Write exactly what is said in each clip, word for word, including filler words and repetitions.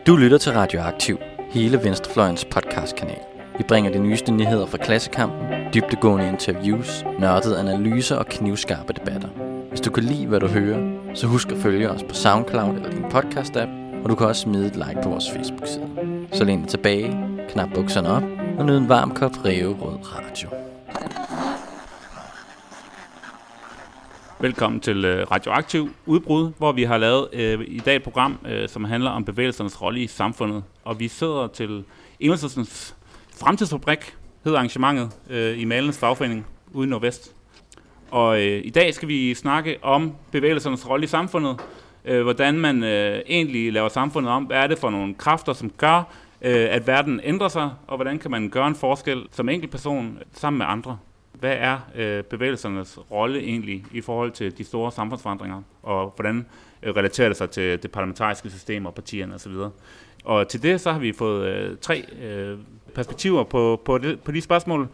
Du lytter til Radioaktiv, hele Venstrefløjens podcastkanal. Vi bringer de nyeste nyheder fra Klassekampen, dybdegående interviews, nørdede analyser og knivskarpe debatter. Hvis du kan lide, hvad du hører, så husk at følge os på SoundCloud eller din podcast-app, og du kan også smide et like på vores Facebook-side. Så læn dig tilbage, knap bukserne op og nyd en varm kop ræverød radio. Velkommen til øh, Radioaktiv Udbrud, hvor vi har lavet øh, i dag et program, øh, som handler om bevægelsernes rolle i samfundet. Og vi sidder til Enhedslistens Fremtidsfabrik, hedder arrangementet, øh, i Malernes Fagforening ude i Nordvest. Og øh, i dag skal vi snakke om bevægelsernes rolle i samfundet, øh, hvordan man øh, egentlig laver samfundet om, hvad er det for nogle kræfter, som gør, øh, at verden ændrer sig, og hvordan kan man gøre en forskel som enkeltperson sammen med andre. Hvad er øh, bevægelsernes rolle egentlig i forhold til de store samfundsforandringer, og hvordan øh, relaterer det sig til det parlamentariske system og partierne osv.? Og til det så har vi fået øh, tre øh, perspektiver på, på, det, på de spørgsmål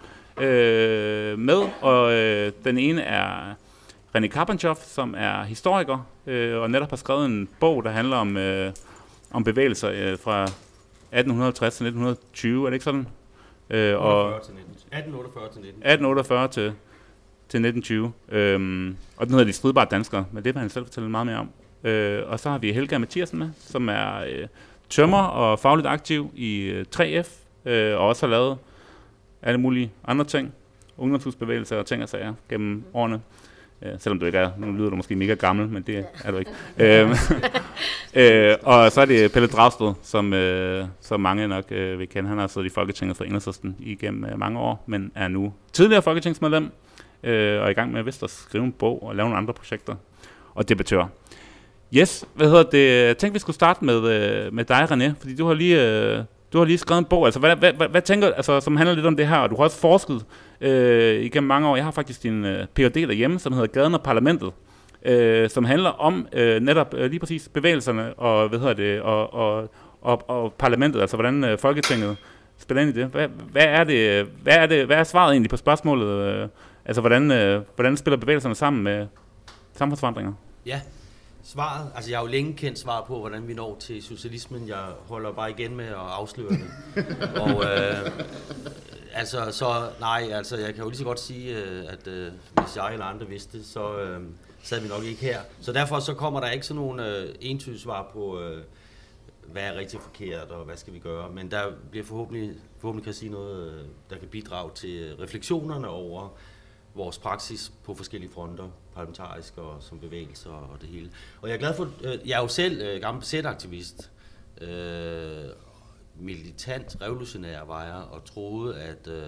øh, med, og øh, den ene er René Karpenshof, som er historiker, øh, og netop har skrevet en bog, der handler om, øh, om bevægelser øh, fra atten halvtreds til nitten tyve, er det ikke sådan? Øh, og atten otteogfyrre til nitten atten otteogfyrre til, til nitten tyve. Øhm, og den hedder De Stridbare Danskere, men det vil han selv fortælle meget mere om. Øh, og så har vi Helga Mathiasen med, som er øh, tømrer og fagligt aktiv i øh, tre F, øh, og også har lavet alle mulige andre ting, ungdomshusbevægelser og ting og sager gennem årene. Øh, selvom du ikke er, nu lyder du måske mega gammel, men det er du ikke. øh, øh, og så er det Pelle Dragsted, som, øh, som mange nok øh, vil kende. Han har siddet i Folketinget for Enhedslisten igennem øh, mange år, men er nu tidligere folketingsmedlem, øh, og er i gang med vist at skrive en bog og lave nogle andre projekter, og debattør. Yes, hvad hedder det? Jeg tænkte, vi skulle starte med, øh, med dig, René, fordi du har lige... Øh, Du har lige skrevet en bog, altså hvad, hvad, hvad, hvad tænker du, altså, som handler lidt om det her, og du har også forsket øh, igennem mange år. Jeg har faktisk din øh, P H D derhjemme, som hedder Gaden og Parlamentet, øh, som handler om øh, netop øh, lige præcis bevægelserne og hvad hedder det og, og, og, og parlamentet, altså hvordan øh, Folketinget spiller ind i det. Hvad, hvad er det? Hvad er det? Hvad er svaret egentlig på spørgsmålet? Øh, altså hvordan øh, hvordan spiller bevægelserne sammen med samfundsforandringer? Ja. Svaret, altså jeg har jo længe kendt svar på, hvordan vi når til socialismen. Jeg holder bare igen med at afsløre det. Og øh, altså, så nej, altså jeg kan jo lige så godt sige, at øh, hvis jeg eller andre vidste, så øh, sad vi nok ikke her. Så derfor så kommer der ikke sådan nogen øh, entydige svar på, øh, hvad er rigtig forkert, og hvad skal vi gøre. Men der bliver forhåbentlig, forhåbentlig kan jeg sige noget, der kan bidrage til refleksionerne over vores praksis på forskellige fronter, parlamentarisk og som bevægelser og det hele. Og jeg er glad for, øh, jeg er jo selv øh, gammel B Z-aktivist, øh, militant, revolutionær var jeg, og troede, at øh,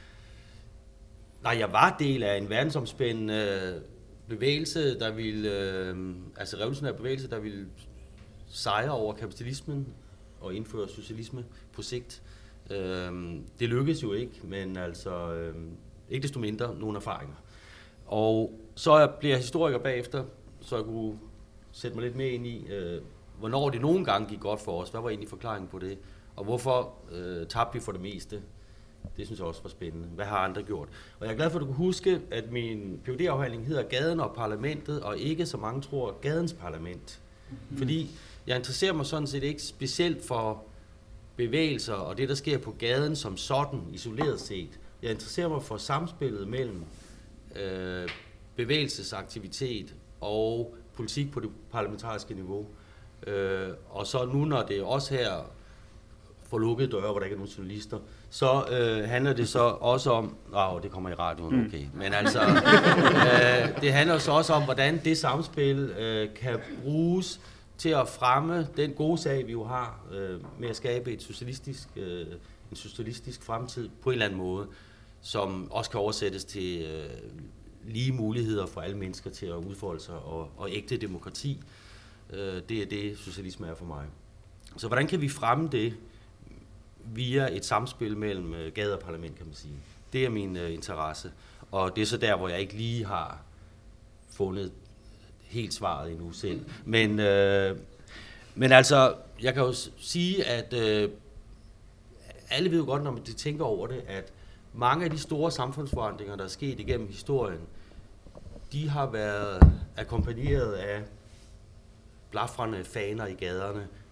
nej, jeg var del af en verdensomspændende øh, bevægelse, der ville, øh, altså revolutionær bevægelse, der ville sejre over kapitalismen og indføre socialisme på sigt. Øh, det lykkedes jo ikke, men altså... Øh, ikke desto mindre nogle erfaringer. Og så blev jeg historiker bagefter, så jeg kunne sætte mig lidt mere ind i, øh, hvornår det nogle gange gik godt for os. Hvad var egentlig forklaringen på det? Og hvorfor øh, tabte vi for det meste? Det synes jeg også var spændende. Hvad har andre gjort? Og jeg er glad for, at du kunne huske, at min P H D-afhandling hedder Gaden og Parlamentet, og ikke så mange tror Gadens Parlament. Mm-hmm. Fordi jeg interesserer mig sådan set ikke specielt for bevægelser og det, der sker på gaden som sådan, isoleret set. Jeg interesserer mig for samspillet mellem øh, bevægelsesaktivitet og politik på det parlamentariske niveau. Øh, og så nu, når det også her får lukkede døre, hvor der ikke er nogen journalister, så øh, handler det så også om... Åh, det kommer i radioen, okay. Men altså, øh, det handler så også om, hvordan det samspil øh, kan bruges til at fremme den gode sag, vi jo har øh, med at skabe et socialistisk, øh, en socialistisk fremtid på en eller anden måde, som også kan oversættes til øh, lige muligheder for alle mennesker til at udfolde sig, og, og ægte demokrati. Øh, det er det, socialisme er for mig. Så hvordan kan vi fremme det via et samspil mellem øh, gade og parlament, kan man sige. Det er min øh, interesse, og det er så der, hvor jeg ikke lige har fundet helt svaret endnu selv. Men, øh, men altså, jeg kan jo sige, at øh, alle ved jo godt, når man tænker over det, at mange af de store samfundsforandringer, der er sket igennem historien, de har været akkompagneret af blafrende faner i gaderne,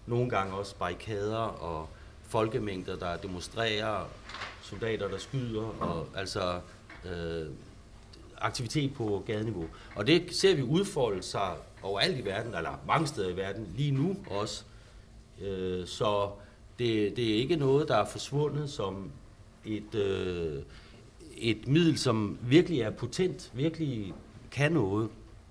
nogle gange også barrikader og folkemængder, der demonstrerer, soldater, der skyder, og altså øh, aktivitet på gadeniveau. Og det ser vi udfolde sig overalt i verden, eller mange steder i verden, lige nu også. Øh, så det, det er ikke noget, der er forsvundet som et, øh, et middel, som virkelig er potent, virkelig kan noget.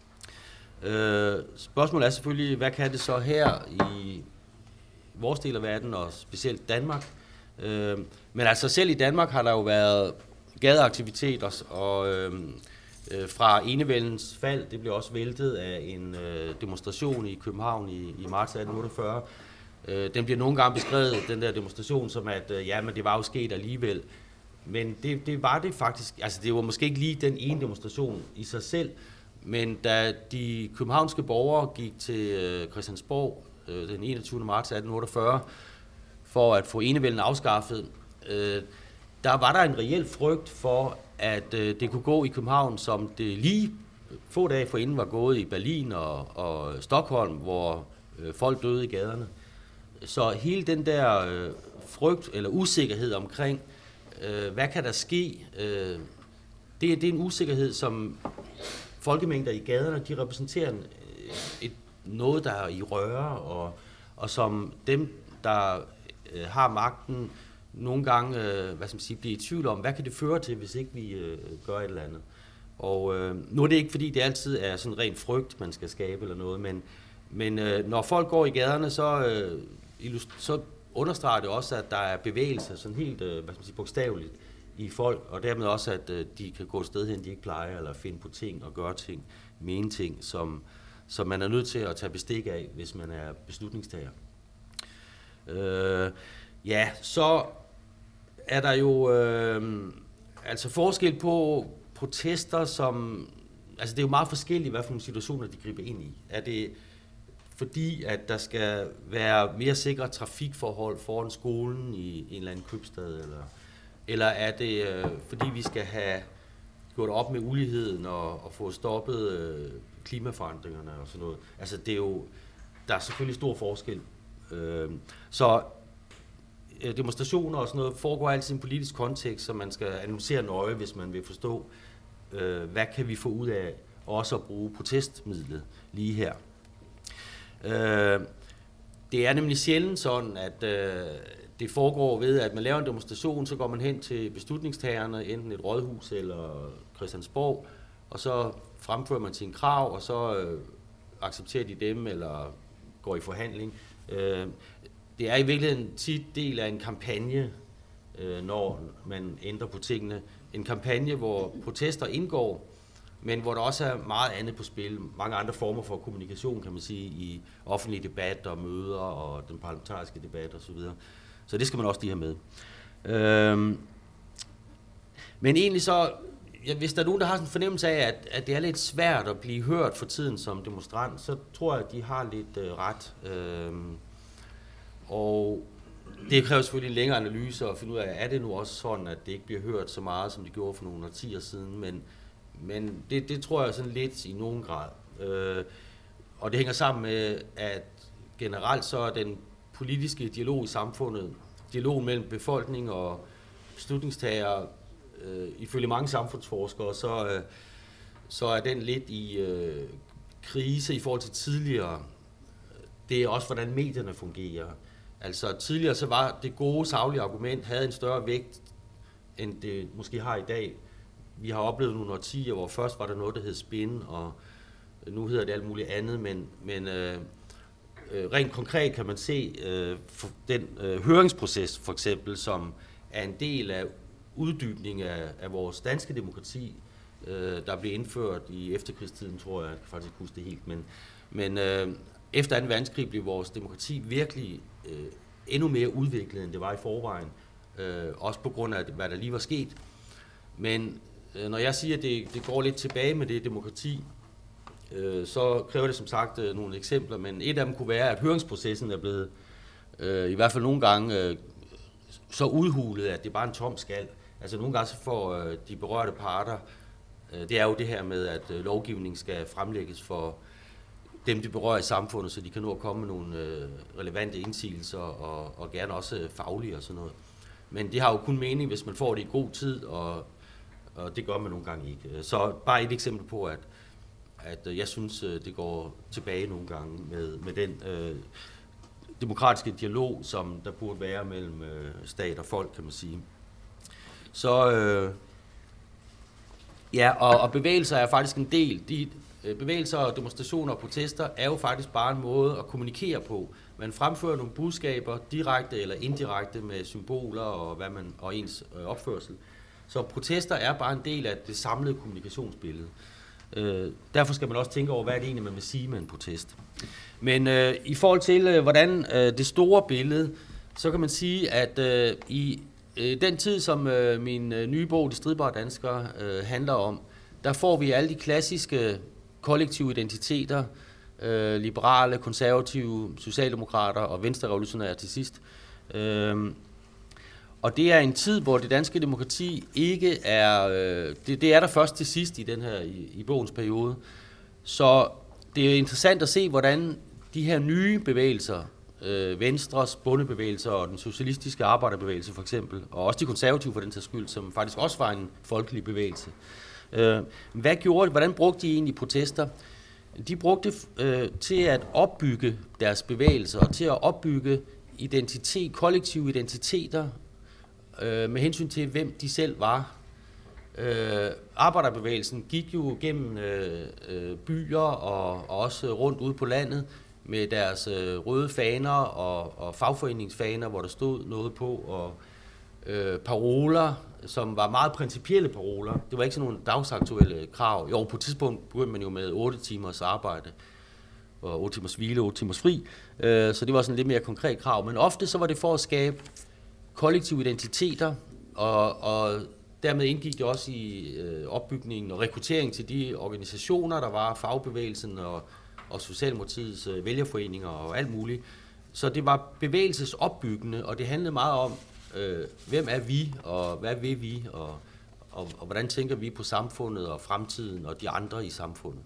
Øh, spørgsmålet er selvfølgelig, hvad kan det så her i vores del af verden, og specielt Danmark? Øh, men altså selv i Danmark har der jo været gadeaktiviteter, og øh, øh, fra enevældens fald, det blev også væltet af en øh, demonstration i København i, i marts atten otteogfyrre. Øh, den bliver nogle gange beskrevet, den der demonstration, som at øh, ja, men det var jo sket alligevel. Men det, det var det faktisk, altså det var måske ikke lige den ene demonstration i sig selv, men da de københavnske borgere gik til øh, Christiansborg øh, den enogtyvende marts atten otteogfyrre for at få enevælden afskaffet, øh, der var der en reel frygt for, at øh, det kunne gå i København, som det lige få dage forinden var gået i Berlin og, og Stockholm, hvor øh, folk døde i gaderne. Så hele den der øh, frygt eller usikkerhed omkring, øh, hvad kan der ske, øh, det, det er en usikkerhed, som folkemængder i gaderne, de repræsenterer en, et, noget, der er i røre, og, og som dem, der øh, har magten, nogle gange øh, hvad skal man sige, bliver i tvivl om, hvad kan det føre til, hvis ikke vi øh, gør et eller andet. Og øh, nu er det ikke, fordi det altid er sådan ren frygt, man skal skabe eller noget, men, men øh, når folk går i gaderne, så, øh, så understreger det også, at der er bevægelser, sådan helt øh, hvad skal man sige, bogstaveligt i folk, og dermed også, at øh, de kan gå et sted hen, de ikke plejer, eller finde på ting og gøre ting, mene ting, som, som man er nødt til at tage bestik af, hvis man er beslutningstager. Øh, ja, så er der jo øh, altså forskel på protester, som, altså det er jo meget forskelligt, hvad for nogle situationer de griber ind i. Er det fordi, at der skal være mere sikre trafikforhold foran skolen i en eller anden købstad, eller, eller er det øh, fordi, vi skal have gjort op med uligheden og, og få stoppet øh, klimaforandringerne og sådan noget. Altså det er jo, der er selvfølgelig stor forskel. Øh, så demonstrationer og sådan noget foregår altid i en politisk kontekst, som man skal analysere nøje, hvis man vil forstå, øh, hvad kan vi få ud af også at bruge protestmidlet lige her. Øh, det er nemlig sjældent sådan, at øh, det foregår ved, at man laver en demonstration, så går man hen til beslutningstagerne, enten et rådhus eller Christiansborg, og så fremfører man sine krav, og så øh, accepterer de dem, eller går i forhandling. Øh, Det er i virkeligheden tit del af en kampagne, øh, når man ændrer på tingene. En kampagne, hvor protester indgår, men hvor der også er meget andet på spil. Mange andre former for kommunikation, kan man sige, i offentlige debatter og møder og den parlamentariske debat osv. Så, så det skal man også lige have med. Øhm, men egentlig så, ja, hvis der er nogen, der har sådan en fornemmelse af, at, at det er lidt svært at blive hørt for tiden som demonstrant, så tror jeg, at de har lidt øh, ret. Øhm, Og det kræver selvfølgelig en længere analyse at finde ud af, er det nu også sådan, at det ikke bliver hørt så meget, som det gjorde for nogle årtier siden, men, men det, det tror jeg sådan lidt i nogen grad. Øh, og det hænger sammen med, at generelt så er den politiske dialog i samfundet, dialogen mellem befolkning og beslutningstagere, øh, ifølge mange samfundsforskere, så, øh, så er den lidt i øh, krise i forhold til tidligere. Det er også, hvordan medierne fungerer. Altså tidligere så var det gode, saglige argument, havde en større vægt, end det måske har i dag. Vi har oplevet nogle årtier, hvor først var der noget, der hed spin, og nu hedder det alt muligt andet, men, men øh, rent konkret kan man se øh, den øh, høringsproces for eksempel, som er en del af uddybning af, af vores danske demokrati, øh, der blev indført i efterkrigstiden, tror jeg, jeg kan faktisk huske det helt, men, men øh, efter anden verdenskrig blev vores demokrati virkelig øh, endnu mere udviklet, end det var i forvejen. Øh, også på grund af, hvad der lige var sket. Men øh, når jeg siger, at det, det går lidt tilbage med det demokrati, øh, så kræver det som sagt øh, nogle eksempler. Men et af dem kunne være, at høringsprocessen er blevet, øh, i hvert fald nogle gange, øh, så udhulet, at det er bare en tom skal. Altså nogle gange så får øh, de berørte parter, øh, det er jo det her med, at øh, lovgivning skal fremlægges for dem, de berører i samfundet, så de kan nå at komme med nogle øh, relevante indsigelser, og, og gerne også øh, faglige og sådan noget. Men det har jo kun mening, hvis man får det i god tid, og, og det gør man nogle gange ikke. Så bare et eksempel på, at, at jeg synes, det går tilbage nogle gange med, med den øh, demokratiske dialog, som der burde være mellem øh, stat og folk, kan man sige. Så øh, ja, og, og bevægelser er faktisk en del. De øh, bevægelser og demonstrationer og protester er jo faktisk bare en måde at kommunikere på. Man fremfører nogle budskaber direkte eller indirekte med symboler og hvad man og ens øh, opførsel. Så protester er bare en del af det samlede kommunikationsbillede. Øh, derfor skal man også tænke over, hvad er det egentlig, man vil sige med en protest. Men øh, i forhold til, øh, hvordan øh, det store billede, så kan man sige, at øh, i øh, den tid, som øh, min øh, nye bog, De stridbare danskere, øh, handler om, der får vi alle de klassiske kollektive identiteter, øh, liberale, konservative, socialdemokrater og venstrerevolutionære til sidst. Øh, Og det er en tid, hvor det danske demokrati ikke er, øh, det, det er der først til sidst i den her i, i bogens periode. Så det er interessant at se, hvordan de her nye bevægelser, øh, Venstres bondebevægelser og den socialistiske arbejderbevægelse for eksempel, og også de konservative for den sags skyld, som faktisk også var en folkelig bevægelse. Øh, hvad gjorde de? Hvordan brugte de egentlig protester? De brugte øh, til at opbygge deres bevægelser og til at opbygge identitet, kollektive identiteter, med hensyn til, hvem de selv var. Øh, arbejderbevægelsen gik jo gennem øh, øh, byer og, og også rundt ude på landet med deres øh, røde faner og, og fagforeningsfaner, hvor der stod noget på, og øh, paroler, som var meget principielle paroler. Det var ikke sådan nogle dagsaktuelle krav. Jo, på et tidspunkt begyndte man jo med otte timers arbejde, og otte timers hvile, otte timers fri, øh, så det var sådan lidt mere konkret krav. Men ofte så var det for at skabe kollektive identiteter, og, og dermed indgik det også i øh, opbygningen og rekruttering til de organisationer, der var fagbevægelsen og, og Socialdemokratiets øh, vælgerforeninger og alt muligt. Så det var bevægelsesopbyggende, og det handlede meget om, øh, hvem er vi, og hvad vil vi, og, og, og hvordan tænker vi på samfundet og fremtiden og de andre i samfundet.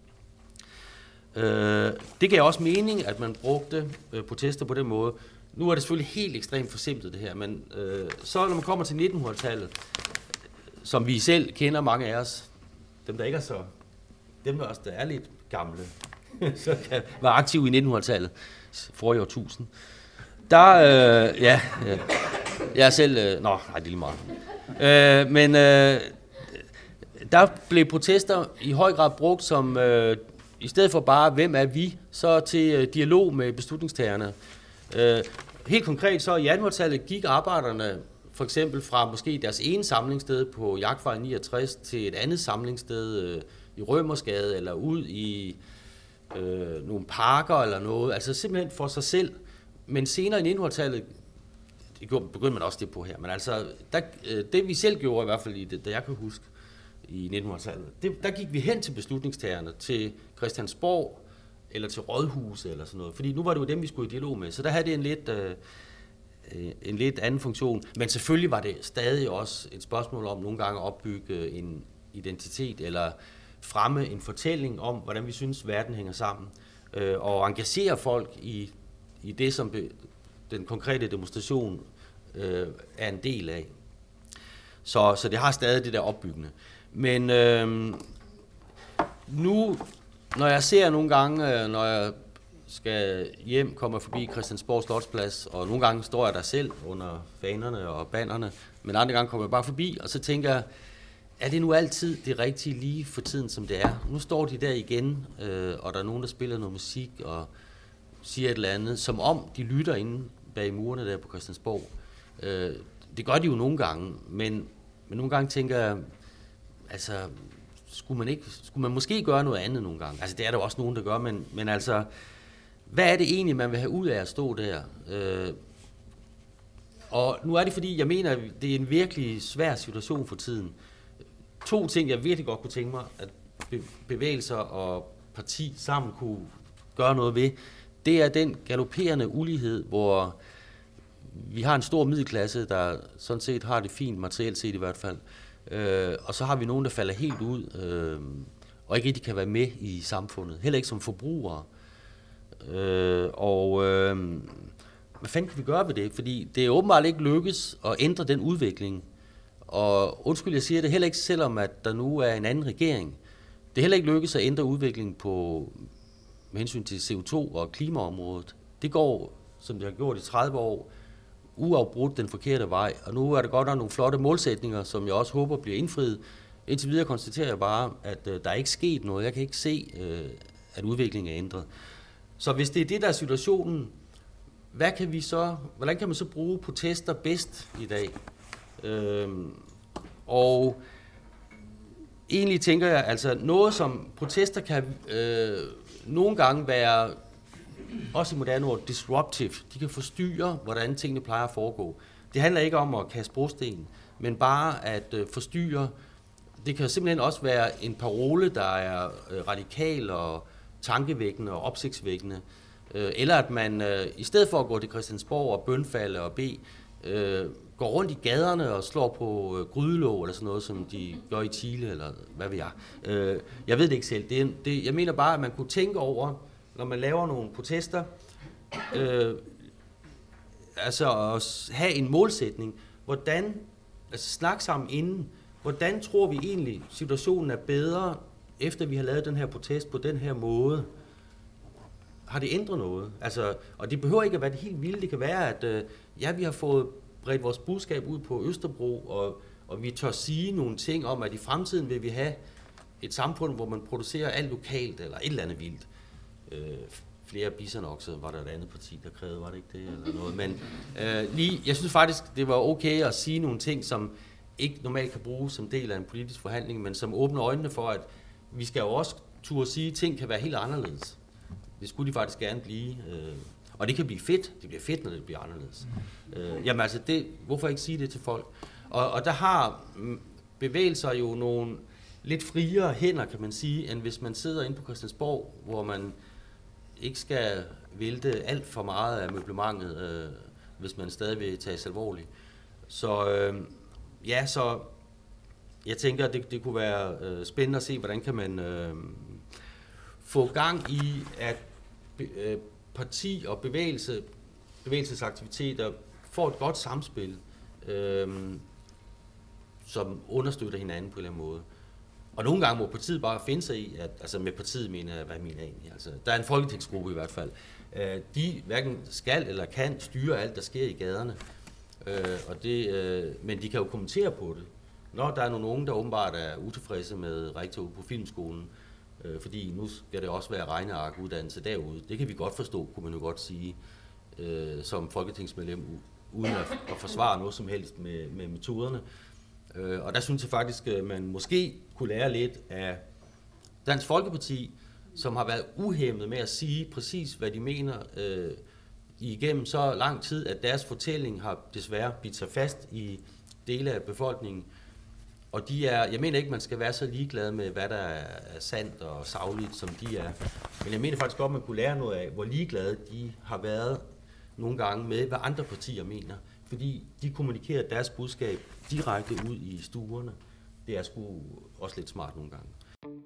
Øh, det gav også mening, at man brugte øh, protester på den måde. Nu er det selvfølgelig helt ekstremt forsimplet det her, men øh, så når man kommer til nittenhundredetallet, som vi selv kender mange af os, dem der ikke er så, dem der også der er lidt gamle, så kan være aktive i nittenhundredetallet, forrige årtusind, der, øh, ja, ja, jeg er selv, øh, nå, nej, det er lige meget. Øh, men øh, der blev protester i høj grad brugt som, øh, i stedet for bare, hvem er vi, så til øh, dialog med beslutningstagerne. Øh, helt konkret så i attenhundredetallet gik arbejderne for eksempel fra måske deres ene samlingssted på Jagtvej niogtres til et andet samlingssted øh, i Rømersgade eller ud i øh, nogle parker eller noget, altså simpelthen for sig selv. Men senere i nittenhundredetallet, det begyndte man også det på her, men altså der, øh, det vi selv gjorde i hvert fald i det, da jeg kan huske i nittenhundredetallet, det, der gik vi hen til beslutningstagerne, til Christiansborg eller til rådhuse eller sådan noget, fordi nu var det jo dem, vi skulle i dialog med, så der havde det en lidt, øh, en lidt anden funktion, men selvfølgelig var det stadig også et spørgsmål om nogle gange at opbygge en identitet eller fremme en fortælling om, hvordan vi synes, verden hænger sammen, øh, og engagere folk i, i det, som be, den konkrete demonstration øh, er en del af. Så, så det har stadig det der opbyggende. Men øh, nu, når jeg ser nogle gange, når jeg skal hjem, kommer forbi Christiansborg Slotsplads, og nogle gange står jeg der selv under fanerne og bannerne, men andre gange kommer jeg bare forbi, og så tænker jeg, er det nu altid det rigtige lige for tiden, som det er? Nu står de der igen, øh, og der er nogen, der spiller noget musik og siger et eller andet, som om de lytter inde bag murene der på Christiansborg. Øh, det gør de jo nogle gange, men, men nogle gange tænker jeg, altså, skulle man, ikke, skulle man måske gøre noget andet nogle gange? Altså, det er der også nogen, der gør, men, men altså, hvad er det egentlig, man vil have ud af at stå der? Øh, og nu er det, fordi jeg mener, at det er en virkelig svær situation for tiden. To ting, jeg virkelig godt kunne tænke mig, at bevægelser og parti sammen kunne gøre noget ved, det er den galopperende ulighed, hvor vi har en stor middelklasse, der sådan set har det fint, materielt set i hvert fald, øh, og så har vi nogen, der falder helt ud, øh, og ikke rigtig kan være med i samfundet, heller ikke som forbrugere. Øh, og øh, hvad fanden kan vi gøre ved det? Fordi det er åbenbart ikke lykkes at ændre den udvikling. Og undskyld, jeg siger det heller ikke, selvom at der nu er en anden regering. Det er heller ikke lykkes at ændre udviklingen på, med hensyn til C O to og klimaområdet. Det går, som det har gjort i tredive år, uafbrudt den forkerte vej. Og nu er der godt nok nogle flotte målsætninger, som jeg også håber bliver indfriet. Indtil videre konstaterer jeg bare, at øh, der er ikke sket noget. Jeg kan ikke se, øh, at udviklingen er ændret. Så hvis det er det, der er situationen, hvad kan vi så, hvordan kan man så bruge protester bedst i dag? Øhm, og egentlig tænker jeg, altså noget som protester kan øh, nogle gange være, også i moderne ord, disruptive. De kan forstyrre, hvordan tingene plejer at foregå. Det handler ikke om at kaste brosten, men bare at øh, forstyrre. Det kan simpelthen også være en parole, der er øh, radikal og tankevækkende og opsigtsvækkende. Øh, eller at man øh, i stedet for at gå til Christiansborg og bønfalde og bede, øh, går rundt i gaderne og slår på øh, grydelåg eller sådan noget, som de gør i Chile, eller hvad ved jeg. Øh, jeg ved det ikke selv. Det, det, jeg mener bare, at man kunne tænke over, når man laver nogle protester, øh, altså at have en målsætning, hvordan, altså snak sammen inden, hvordan tror vi egentlig, situationen er bedre, efter vi har lavet den her protest på den her måde? Har det ændret noget? Altså, og det behøver ikke at være det helt vilde. Det kan være, at øh, ja, vi har fået bredt vores budskab ud på Østerbro, og, og vi tør sige nogle ting om, at i fremtiden vil vi have et samfund, hvor man producerer alt lokalt, eller et eller andet vildt. Øh, flere bisonokser var der et andet parti, der krævede, var det ikke det? Eller noget. Men øh, lige, jeg synes faktisk, det var okay at sige nogle ting, som ikke normalt kan bruges som del af en politisk forhandling, men som åbner øjnene for, at vi skal jo også turde sige, at ting kan være helt anderledes. Det skulle de faktisk gerne blive. Øh, og det kan blive fedt. Det bliver fedt, når det bliver anderledes. Øh, jamen altså, det, hvorfor ikke sige det til folk? Og, og der har bevægelser jo nogle lidt friere hænder, kan man sige, end hvis man sidder inde på Christiansborg, hvor man ikke skal vælte alt for meget af møblementet, øh, hvis man stadig vil tages alvorligt. Så øh, ja, så jeg tænker, at det, det kunne være øh, spændende at se, hvordan kan man øh, få gang i, at øh, parti og bevægelse, bevægelsesaktiviteter får et godt samspil, øh, som understøtter hinanden på en eller anden måde. Og nogle gange må partiet bare finde sig i, at, altså med partiet mener jeg, hvad mener jeg egentlig, altså der er en folketingsgruppe i hvert fald, øh, de hverken skal eller kan styre alt, der sker i gaderne, øh, og det, øh, men de kan jo kommentere på det. Når der er nogle unge, der åbenbart er utilfredse med rektor på filmskolen, øh, fordi nu skal det også være regnearkuddannelse derude, det kan vi godt forstå, kunne man jo godt sige, øh, som folketingsmedlem, uden at, at forsvare noget som helst med, med metoderne. Øh, og der synes jeg faktisk, at man måske kunne lære lidt af Dansk Folkeparti, som har været uhæmmet med at sige præcis, hvad de mener øh, igennem så lang tid, at deres fortælling har desværre bidt sig fast i dele af befolkningen. Og de er, jeg mener ikke, man skal være så ligeglad med, hvad der er sandt og sagligt, som de er. Men jeg mener faktisk godt, man kunne lære noget af, hvor ligeglade de har været nogle gange med, hvad andre partier mener. Fordi de kommunikerer deres budskab direkte ud i stuerne. Det er sgu også lidt smart nogle gange.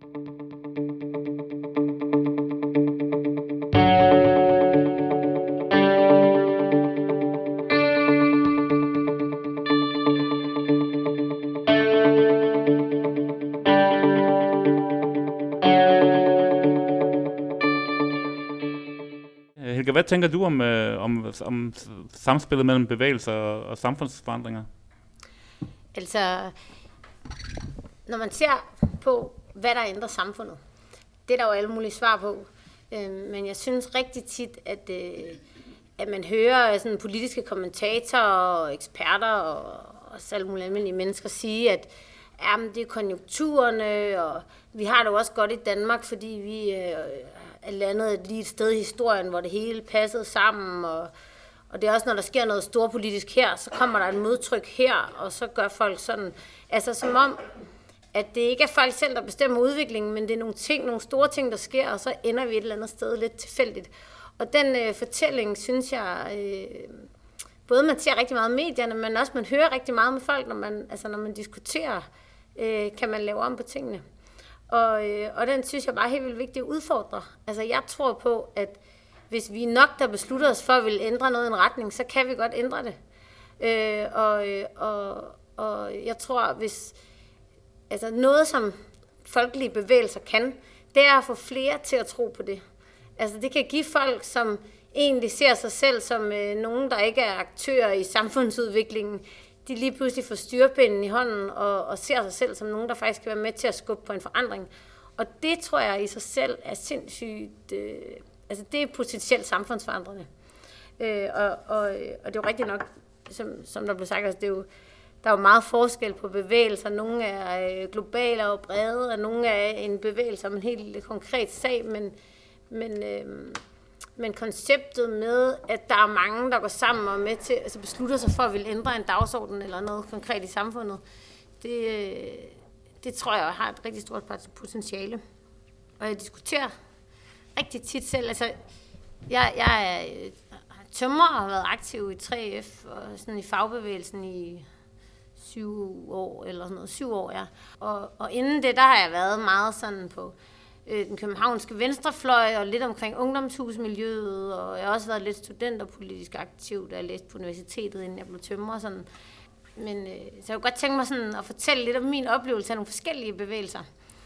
Helga, hvad tænker du om, øh, om, om samspillet mellem bevægelser og, og samfundsforandringer? Altså, når man ser på, hvad der ændrer samfundet, det er der jo alle mulige svar på. Øh, men jeg synes rigtig tit, at, øh, at man hører sådan politiske kommentatorer og eksperter og også alle mulige almindelige mennesker sige, at jamen, det er konjunkturerne, og vi har det jo også godt i Danmark, fordi vi øh, er landet lige et sted i historien, hvor det hele passede sammen, og, og det er også, når der sker noget storpolitisk her, så kommer der et modtryk her, og så gør folk sådan, altså som om, at det ikke er folk selv, der bestemmer udviklingen, men det er nogle ting, nogle store ting, der sker, og så ender vi et eller andet sted lidt tilfældigt. Og den øh, fortælling, synes jeg, øh, både man ser rigtig meget i medierne, men også man hører rigtig meget med folk, når man, altså, når man diskuterer, øh, kan man lave om på tingene. Og, øh, og den synes jeg bare er helt vildt vigtigt at udfordre. Altså jeg tror på, at hvis vi er nok, der beslutter os for at ville ændre noget i en retning, så kan vi godt ændre det. Øh, og, og, og jeg tror, hvis altså noget, som folkelige bevægelser kan, det er at få flere til at tro på det. Altså det kan give folk, som egentlig ser sig selv som øh, nogen, der ikke er aktører i samfundsudviklingen, de lige pludselig får styrepinden i hånden og, og ser sig selv som nogen, der faktisk kan være med til at skubbe på en forandring. Og det tror jeg i sig selv er sindssygt, øh, altså det er potentielt samfundsforandrende. Øh, og, og, og det er jo rigtigt nok, som, som der blev sagt, altså det er jo, der er jo meget forskel på bevægelser. Nogle er øh, globale og brede, og nogle er en bevægelse om en helt konkret sag, men, men, øh, men konceptet med, at der er mange, der går sammen og med til, altså beslutter sig for at ville ændre en dagsorden eller noget konkret i samfundet, det, øh, det tror jeg har et rigtig stort potentiale. Og jeg diskuterer rigtig tit selv, altså jeg, jeg er tømrer og har været aktiv i tre F og sådan i fagbevægelsen i syv år eller sådan noget, syv år, ja. Og, og inden det, der har jeg været meget sådan på øh, den københavnske venstrefløj og lidt omkring ungdomshusmiljøet, og jeg har også været lidt studenterpolitisk aktiv, da jeg læste på universitetet, inden jeg blev tømrer og sådan. Men øh, så jeg kunne godt tænke mig sådan at fortælle lidt om min oplevelse af nogle forskellige bevægelser.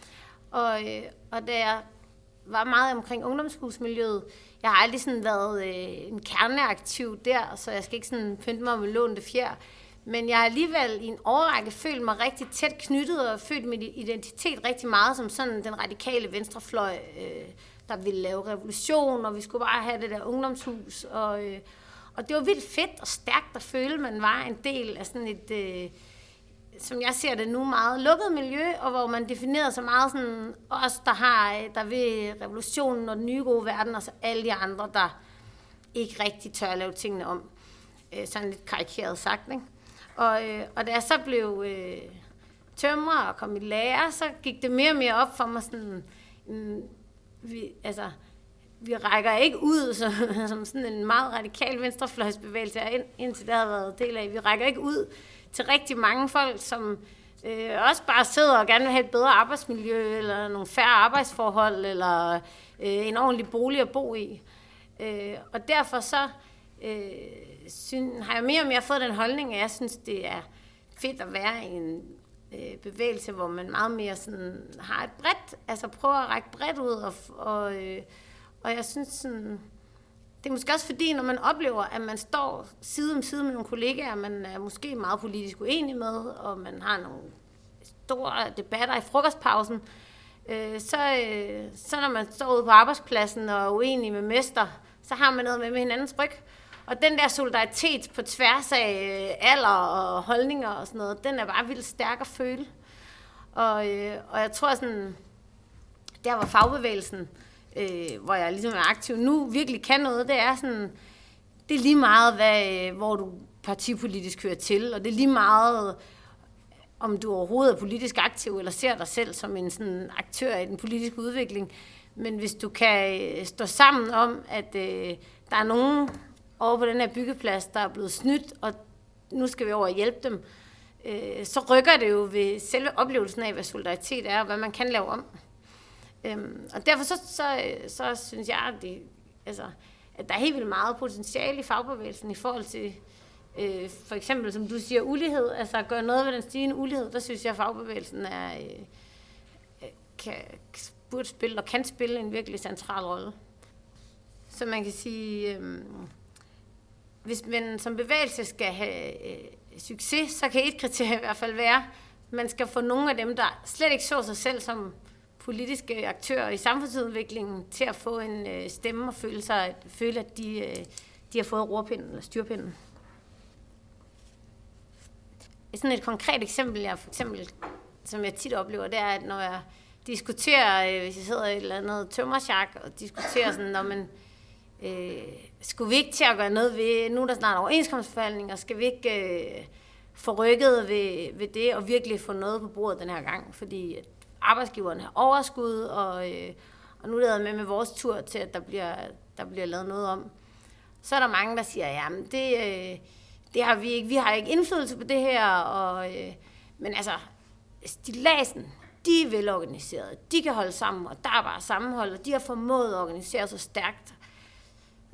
Og, øh, og da jeg var meget omkring ungdomshusmiljøet, jeg har aldrig sådan været øh, en kerneaktiv der, så jeg skal ikke sådan pynte mig med lånte fjer. Men jeg har alligevel i en årrække følt mig rigtig tæt knyttet og følt min identitet rigtig meget som sådan den radikale venstrefløj, øh, der ville lave revolution, og vi skulle bare have det der ungdomshus. Og, øh, og det var vildt fedt og stærkt at føle, at man var en del af sådan et, øh, som jeg ser det nu, meget lukket miljø, og hvor man definerede så meget sådan os, der har, der vil revolutionen og den nye gode verden, og så alle de andre, der ikke rigtig tør at lave tingene om. Øh, sådan lidt karikeret sagt, ikke? Og, øh, og da jeg så blev øh, tømrer og kom i lære, så gik det mere og mere op for mig sådan, mm, vi, altså, vi rækker ikke ud som, som sådan en meget radikal venstrefløjsbevægelse, ind, indtil det har været del af. Vi rækker ikke ud til rigtig mange folk, som øh, også bare sidder og gerne vil have et bedre arbejdsmiljø, eller nogle færre arbejdsforhold, eller øh, en ordentlig bolig at bo i. Øh, og derfor så øh, synes, har jeg mere og mere fået den holdning, at jeg synes, det er fedt at være i en øh, bevægelse, hvor man meget mere sådan har et bredt, altså prøver at række bredt ud, og, og, øh, og jeg synes sådan, det er måske også fordi, når man oplever, at man står side om side med nogle kollegaer, man er måske meget politisk uenig med, og man har nogle store debatter i frokostpausen, øh, så, øh, så når man står ude på arbejdspladsen og er uenig med mester, så har man noget med med hinandens ryg. Og den der solidaritet på tværs af alder og holdninger og sådan noget, den er bare vildt stærk at føle. Og, øh, og jeg tror sådan, der hvor fagbevægelsen, øh, hvor jeg ligesom er aktiv nu, virkelig kan noget, det er sådan, det er lige meget, hvad, hvor du partipolitisk hører til, og det er lige meget, om du overhovedet er politisk aktiv, eller ser dig selv som en sådan aktør i den politiske udvikling. Men hvis du kan stå sammen om, at øh, der er nogen over på den her byggeplads, der er blevet snydt, og nu skal vi over og hjælpe dem, øh, så rykker det jo ved selve oplevelsen af, hvad solidaritet er, og hvad man kan lave om. Øhm, og derfor så, så, så synes jeg, at, det, altså, at der er helt vildt meget potentiale i fagbevægelsen i forhold til, øh, for eksempel, som du siger, ulighed, altså at gøre noget ved den stigende ulighed, der synes jeg, at fagbevægelsen er, øh, kan, burde spille og kan spille en virkelig central rolle. Så man kan sige, øh, hvis man som bevægelse skal have øh, succes, så kan et kriterie i hvert fald være, at man skal få nogle af dem, der slet ikke så sig selv som politiske aktører i samfundsudviklingen, til at få en øh, stemme og føle, sig, at, føle, at de, øh, de har fået rorpinden eller styrpinden. Sådan et konkret eksempel, jeg, for eksempel, som jeg tit oplever, det er, at når jeg diskuterer, øh, hvis jeg sidder i et eller andet tømmersjak, og diskuterer sådan, når man øh, skulle vi ikke til at gøre noget ved, nu er der snart overenskomstforhandlinger, skal vi ikke øh, få rykket ved, ved det, og virkelig få noget på bordet den her gang, fordi arbejdsgiverne har overskud, og, øh, og nu er det med med vores tur til, at der bliver, der bliver lavet noget om. Så er der mange, der siger, jamen det, øh, det har vi ikke, vi har ikke indflydelse på det her, og, øh, men altså, stilladsen, de er velorganiserede, de kan holde sammen, og der er bare sammenhold, og de har formået at organisere sig stærkt.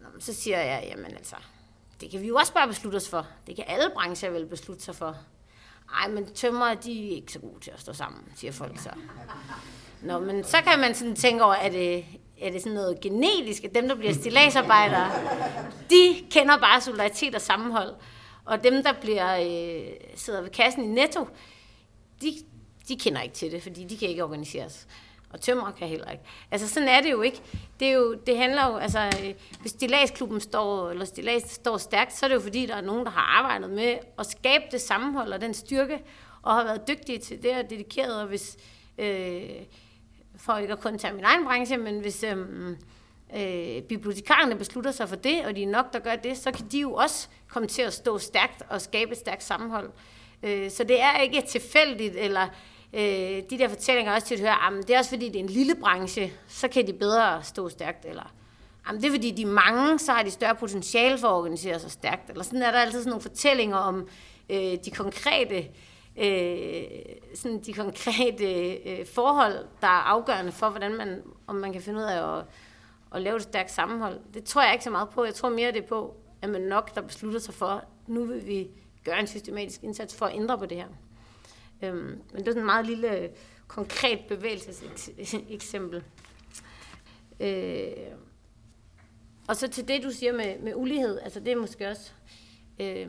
Så siger jeg, jamen altså, det kan vi jo også bare beslutte os for. Det kan alle brancher vel beslutte sig for. Ej, men tømrere, de er ikke så gode til at stå sammen, siger folk så. Nå, men så kan man sådan tænke over, at det, er det sådan noget genetisk, at dem, der bliver stilladsarbejdere, de kender bare solidaritet og sammenhold. Og dem, der bliver øh, sidder ved kassen i Netto, de, de kender ikke til det, fordi de kan ikke organiseres. Og tømrer kan heller ikke. Altså sådan er det jo ikke. Det, er jo, det handler jo, altså hvis stilladsklubben står, eller stillads står stærkt, så er det jo fordi, der er nogen, der har arbejdet med at skabe det sammenhold og den styrke, og har været dygtige til det og dedikeret. Og hvis, øh, for ikke at kun tage min egen branche, men hvis øh, øh, bibliotekarerne beslutter sig for det, og de er nok, der gør det, så kan de jo også komme til at stå stærkt og skabe et stærkt sammenhold. Øh, så det er ikke tilfældigt, eller Øh, de der fortællinger også til at høre, jamen, det er også fordi, det er en lille branche, så kan de bedre stå stærkt, eller jamen, det er fordi, de er mange, så har de større potentiale for at organisere sig stærkt, eller sådan er der altid sådan nogle fortællinger om øh, de konkrete, øh, sådan de konkrete øh, forhold, der er afgørende for, hvordan man, om man kan finde ud af at, at lave et stærkt sammenhold. Det tror jeg ikke så meget på. Jeg tror mere det på, at man nok, der beslutter sig for, nu vil vi gøre en systematisk indsats for at ændre på det her. Øhm, men det er sådan en meget lille, konkret bevægelseseksempel. Øh, og så til det, du siger med, med ulighed, altså det er måske også øh,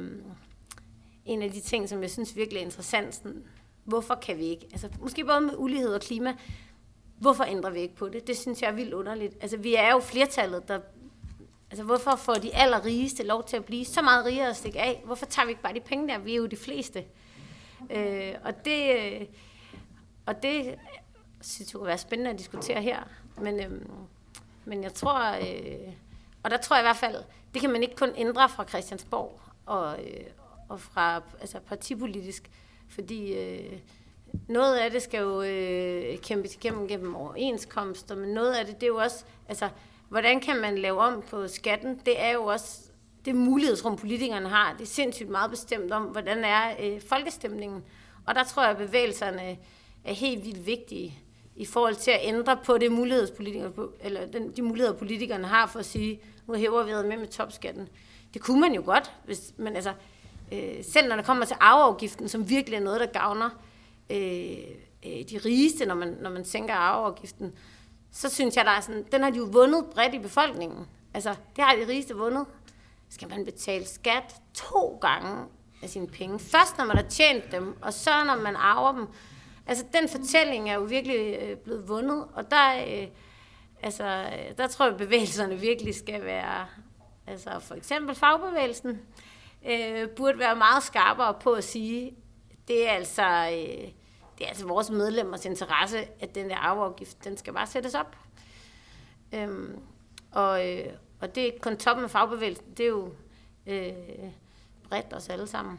en af de ting, som jeg synes virkelig er interessant. Sådan, hvorfor kan vi ikke? Altså måske både med ulighed og klima. Hvorfor ændrer vi ikke på det? Det synes jeg er vildt underligt. Altså vi er jo flertallet, der... Altså hvorfor får de allerrigeste lov til at blive så meget rigere at stikke af? Hvorfor tager vi ikke bare de penge der? Vi er jo de fleste. Øh, og det øh, og det synes jeg kunne være spændende at diskutere her, men øh, men jeg tror øh, og der tror jeg i hvert fald, det kan man ikke kun ændre fra Christiansborg og øh, og fra altså partipolitisk, fordi øh, noget af det skal jo øh, kæmpes igennem gennem overenskomster, men noget af det, det er jo også, altså hvordan kan man lave om på skatten? Det er jo også det mulighedsrum, politikerne har. Det er sindssygt meget bestemt om, hvordan er øh, folkestemningen. Og der tror jeg, at bevægelserne er helt vildt vigtige i forhold til at ændre på det mulighedspolitikerne, eller den, de muligheder, politikerne har for at sige, nu hæver vi med med topskatten. Det kunne man jo godt, hvis, men altså, øh, selv når det kommer til arveafgiften, som virkelig er noget, der gavner øh, øh, de rigeste, når man, når man sænker arveafgiften, så synes jeg, der er sådan, den har de jo vundet bredt i befolkningen. Altså, det har de rigeste vundet. Skal man betale skat to gange af sine penge. Først, når man har tjent dem, og så, når man arver dem. Altså, den fortælling er jo virkelig øh, blevet vundet, og der, øh, altså, der tror jeg, at bevægelserne virkelig skal være, altså for eksempel fagbevægelsen, øh, burde være meget skarpere på at sige, det er altså, øh, det er altså vores medlemmers interesse, at den der arveafgift, den skal bare sættes op. Øhm, og, øh, og det er kun toppen af fagbevægelsen, det er jo øh, bredt os alle sammen.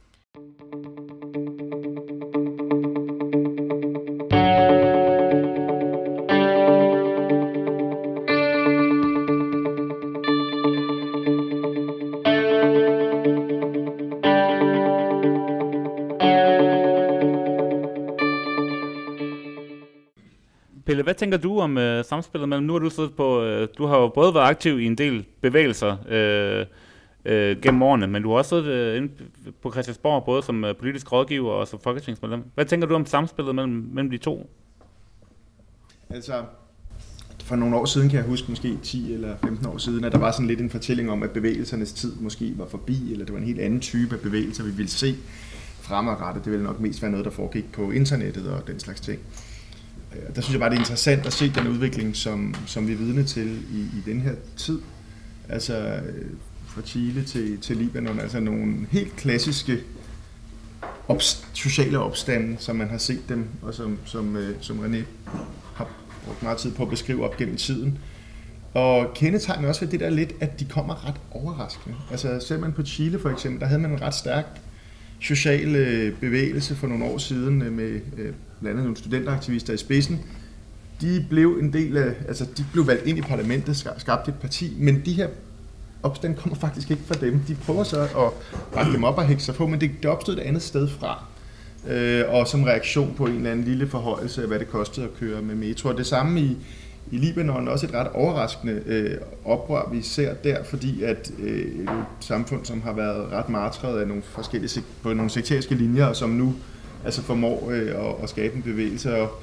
Pelle, hvad tænker du om øh, samspillet mellem, nu har du siddet på, øh, du har jo både været aktiv i en del bevægelser øh, øh, gennem årene, men du har også siddet øh, inde på Christiansborg, både som øh, politisk rådgiver og som folketingsmedlem. Hvad tænker du om samspillet mellem, mellem de to? Altså, for nogle år siden kan jeg huske, måske ti eller femten år siden, at der var sådan lidt en fortælling om, at bevægelsernes tid måske var forbi, eller det var en helt anden type af bevægelser, vi ville se fremadrettet. Det ville nok mest være noget, der foregik på internettet og den slags ting. Der synes jeg bare, det er interessant at se den udvikling, som, som vi er vidne til i, i den her tid. Altså fra Chile til, til Libanon, altså nogle helt klassiske opst- sociale opstande, som man har set dem, og som, som, som René har brugt meget tid på at beskrive op gennem tiden. Og kendetegner også ved det der lidt, at de kommer ret overraskende. Altså ser man på Chile for eksempel, der havde man en ret stærk social bevægelse for nogle år siden med blandt andet nogle studenteraktivister i spidsen. De blev en del af, altså de blev valgt ind i parlamentet, skabte et parti, men de her opstand kommer faktisk ikke fra dem. De prøver så at bakke dem op og hække sig på, men det, det opstod et andet sted fra. Øh, og som reaktion på en eller anden lille forhøjelse af, hvad det kostede at køre med metro. Og det samme i, i Libanon også et ret overraskende øh, oprør, vi ser der, fordi at øh, et samfund, som har været ret martret af nogle forskellige på nogle sekteriske linjer, og som nu altså formår øh, at, at skabe en bevægelse. Og,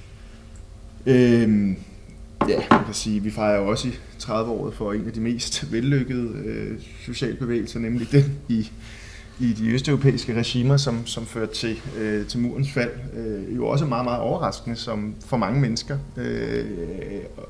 øh, ja, man kan sige, vi fejrer jo også i tredive-året for en af de mest vellykkede øh, socialbevægelser, nemlig den i i de østeuropæiske regimer, som, som førte til, øh, til murens fald, øh, jo også meget, meget overraskende som for mange mennesker. Øh, og,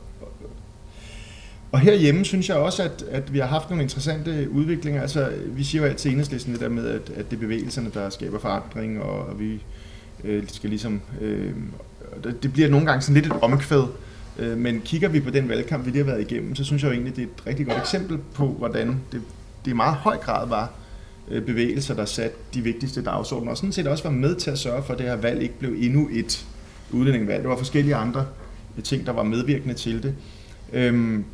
og herhjemme synes jeg også, at, at vi har haft nogle interessante udviklinger. Altså, vi siger jo altid i Enhedslisten det der med, at, at det er bevægelserne, der skaber forandring, og, og vi øh, skal ligesom... Øh, det bliver nogle gange sådan lidt et omkvæd, øh, men kigger vi på den valgkamp, vi lige har været igennem, så synes jeg jo egentlig, det er et rigtig godt eksempel på, hvordan det, det i meget høj grad var bevægelser, der satte de vigtigste dagsordener, og sådan set også var med til at sørge for, at det her valg ikke blev endnu et udlændingevalg. Der var forskellige andre ting, der var medvirkende til det. Øhm,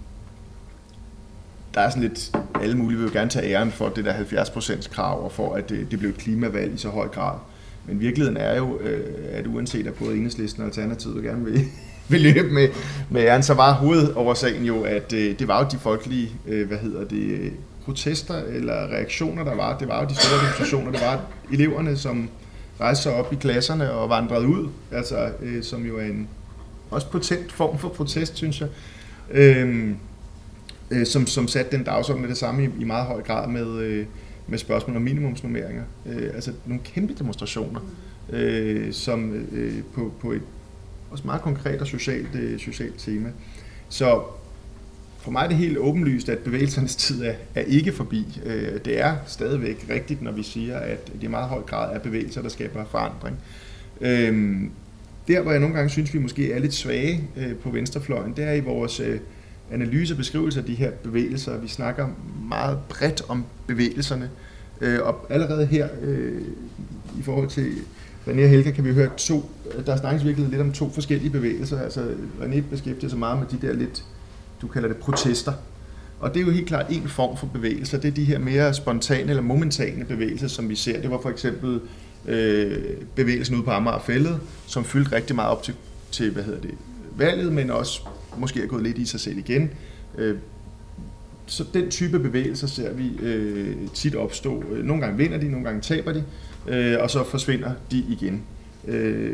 der er sådan lidt, alle mulige vil jo gerne tage æren for det der halvfjerds procents krav, og for at det, det blev et klimavalg i så høj grad. Men virkeligheden er jo, at uanset at både Enhedslisten og Alternativet gerne vil, vil løbe med, med æren, så var hovedoversagen jo, at det var jo de folkelige, hvad hedder det, protester eller reaktioner, der var. Det var jo de store demonstrationer. Det var eleverne, som rejste sig op i klasserne og vandrede ud, altså, øh, som jo er en også potent form for protest, synes jeg, øh, øh, som, som satte den dagsorden med det samme i, i meget høj grad med, øh, med spørgsmål om minimumsnormeringer. Øh, altså nogle kæmpe demonstrationer, øh, som øh, på, på et også meget konkret og socialt, øh, socialt tema. Så for mig er det helt åbenlyst, at bevægelsernes tid er, er ikke forbi. Det er stadigvæk rigtigt, når vi siger, at det i meget høj grad er bevægelser, der skaber forandring. Der, hvor jeg nogle gange synes, vi måske er lidt svage på venstrefløjen, det er i vores analyse og beskrivelse af de her bevægelser. Vi snakker meget bredt om bevægelserne, og allerede her i forhold til René og Helga kan vi høre to, der snakkes virkelig lidt om to forskellige bevægelser. Altså René beskæftiger sig meget med de der lidt, du kalder det protester. Og det er jo helt klart en form for bevægelser. Det er de her mere spontane eller momentane bevægelser, som vi ser. Det var for eksempel øh, bevægelsen ude på Amager Fælled, som fyldte rigtig meget op til, til hvad hedder det, valget, men også måske er gået lidt i sig selv igen. Øh, så den type bevægelser ser vi øh, tit opstå. Nogle gange vinder de, nogle gange taber de, øh, og så forsvinder de igen. Øh,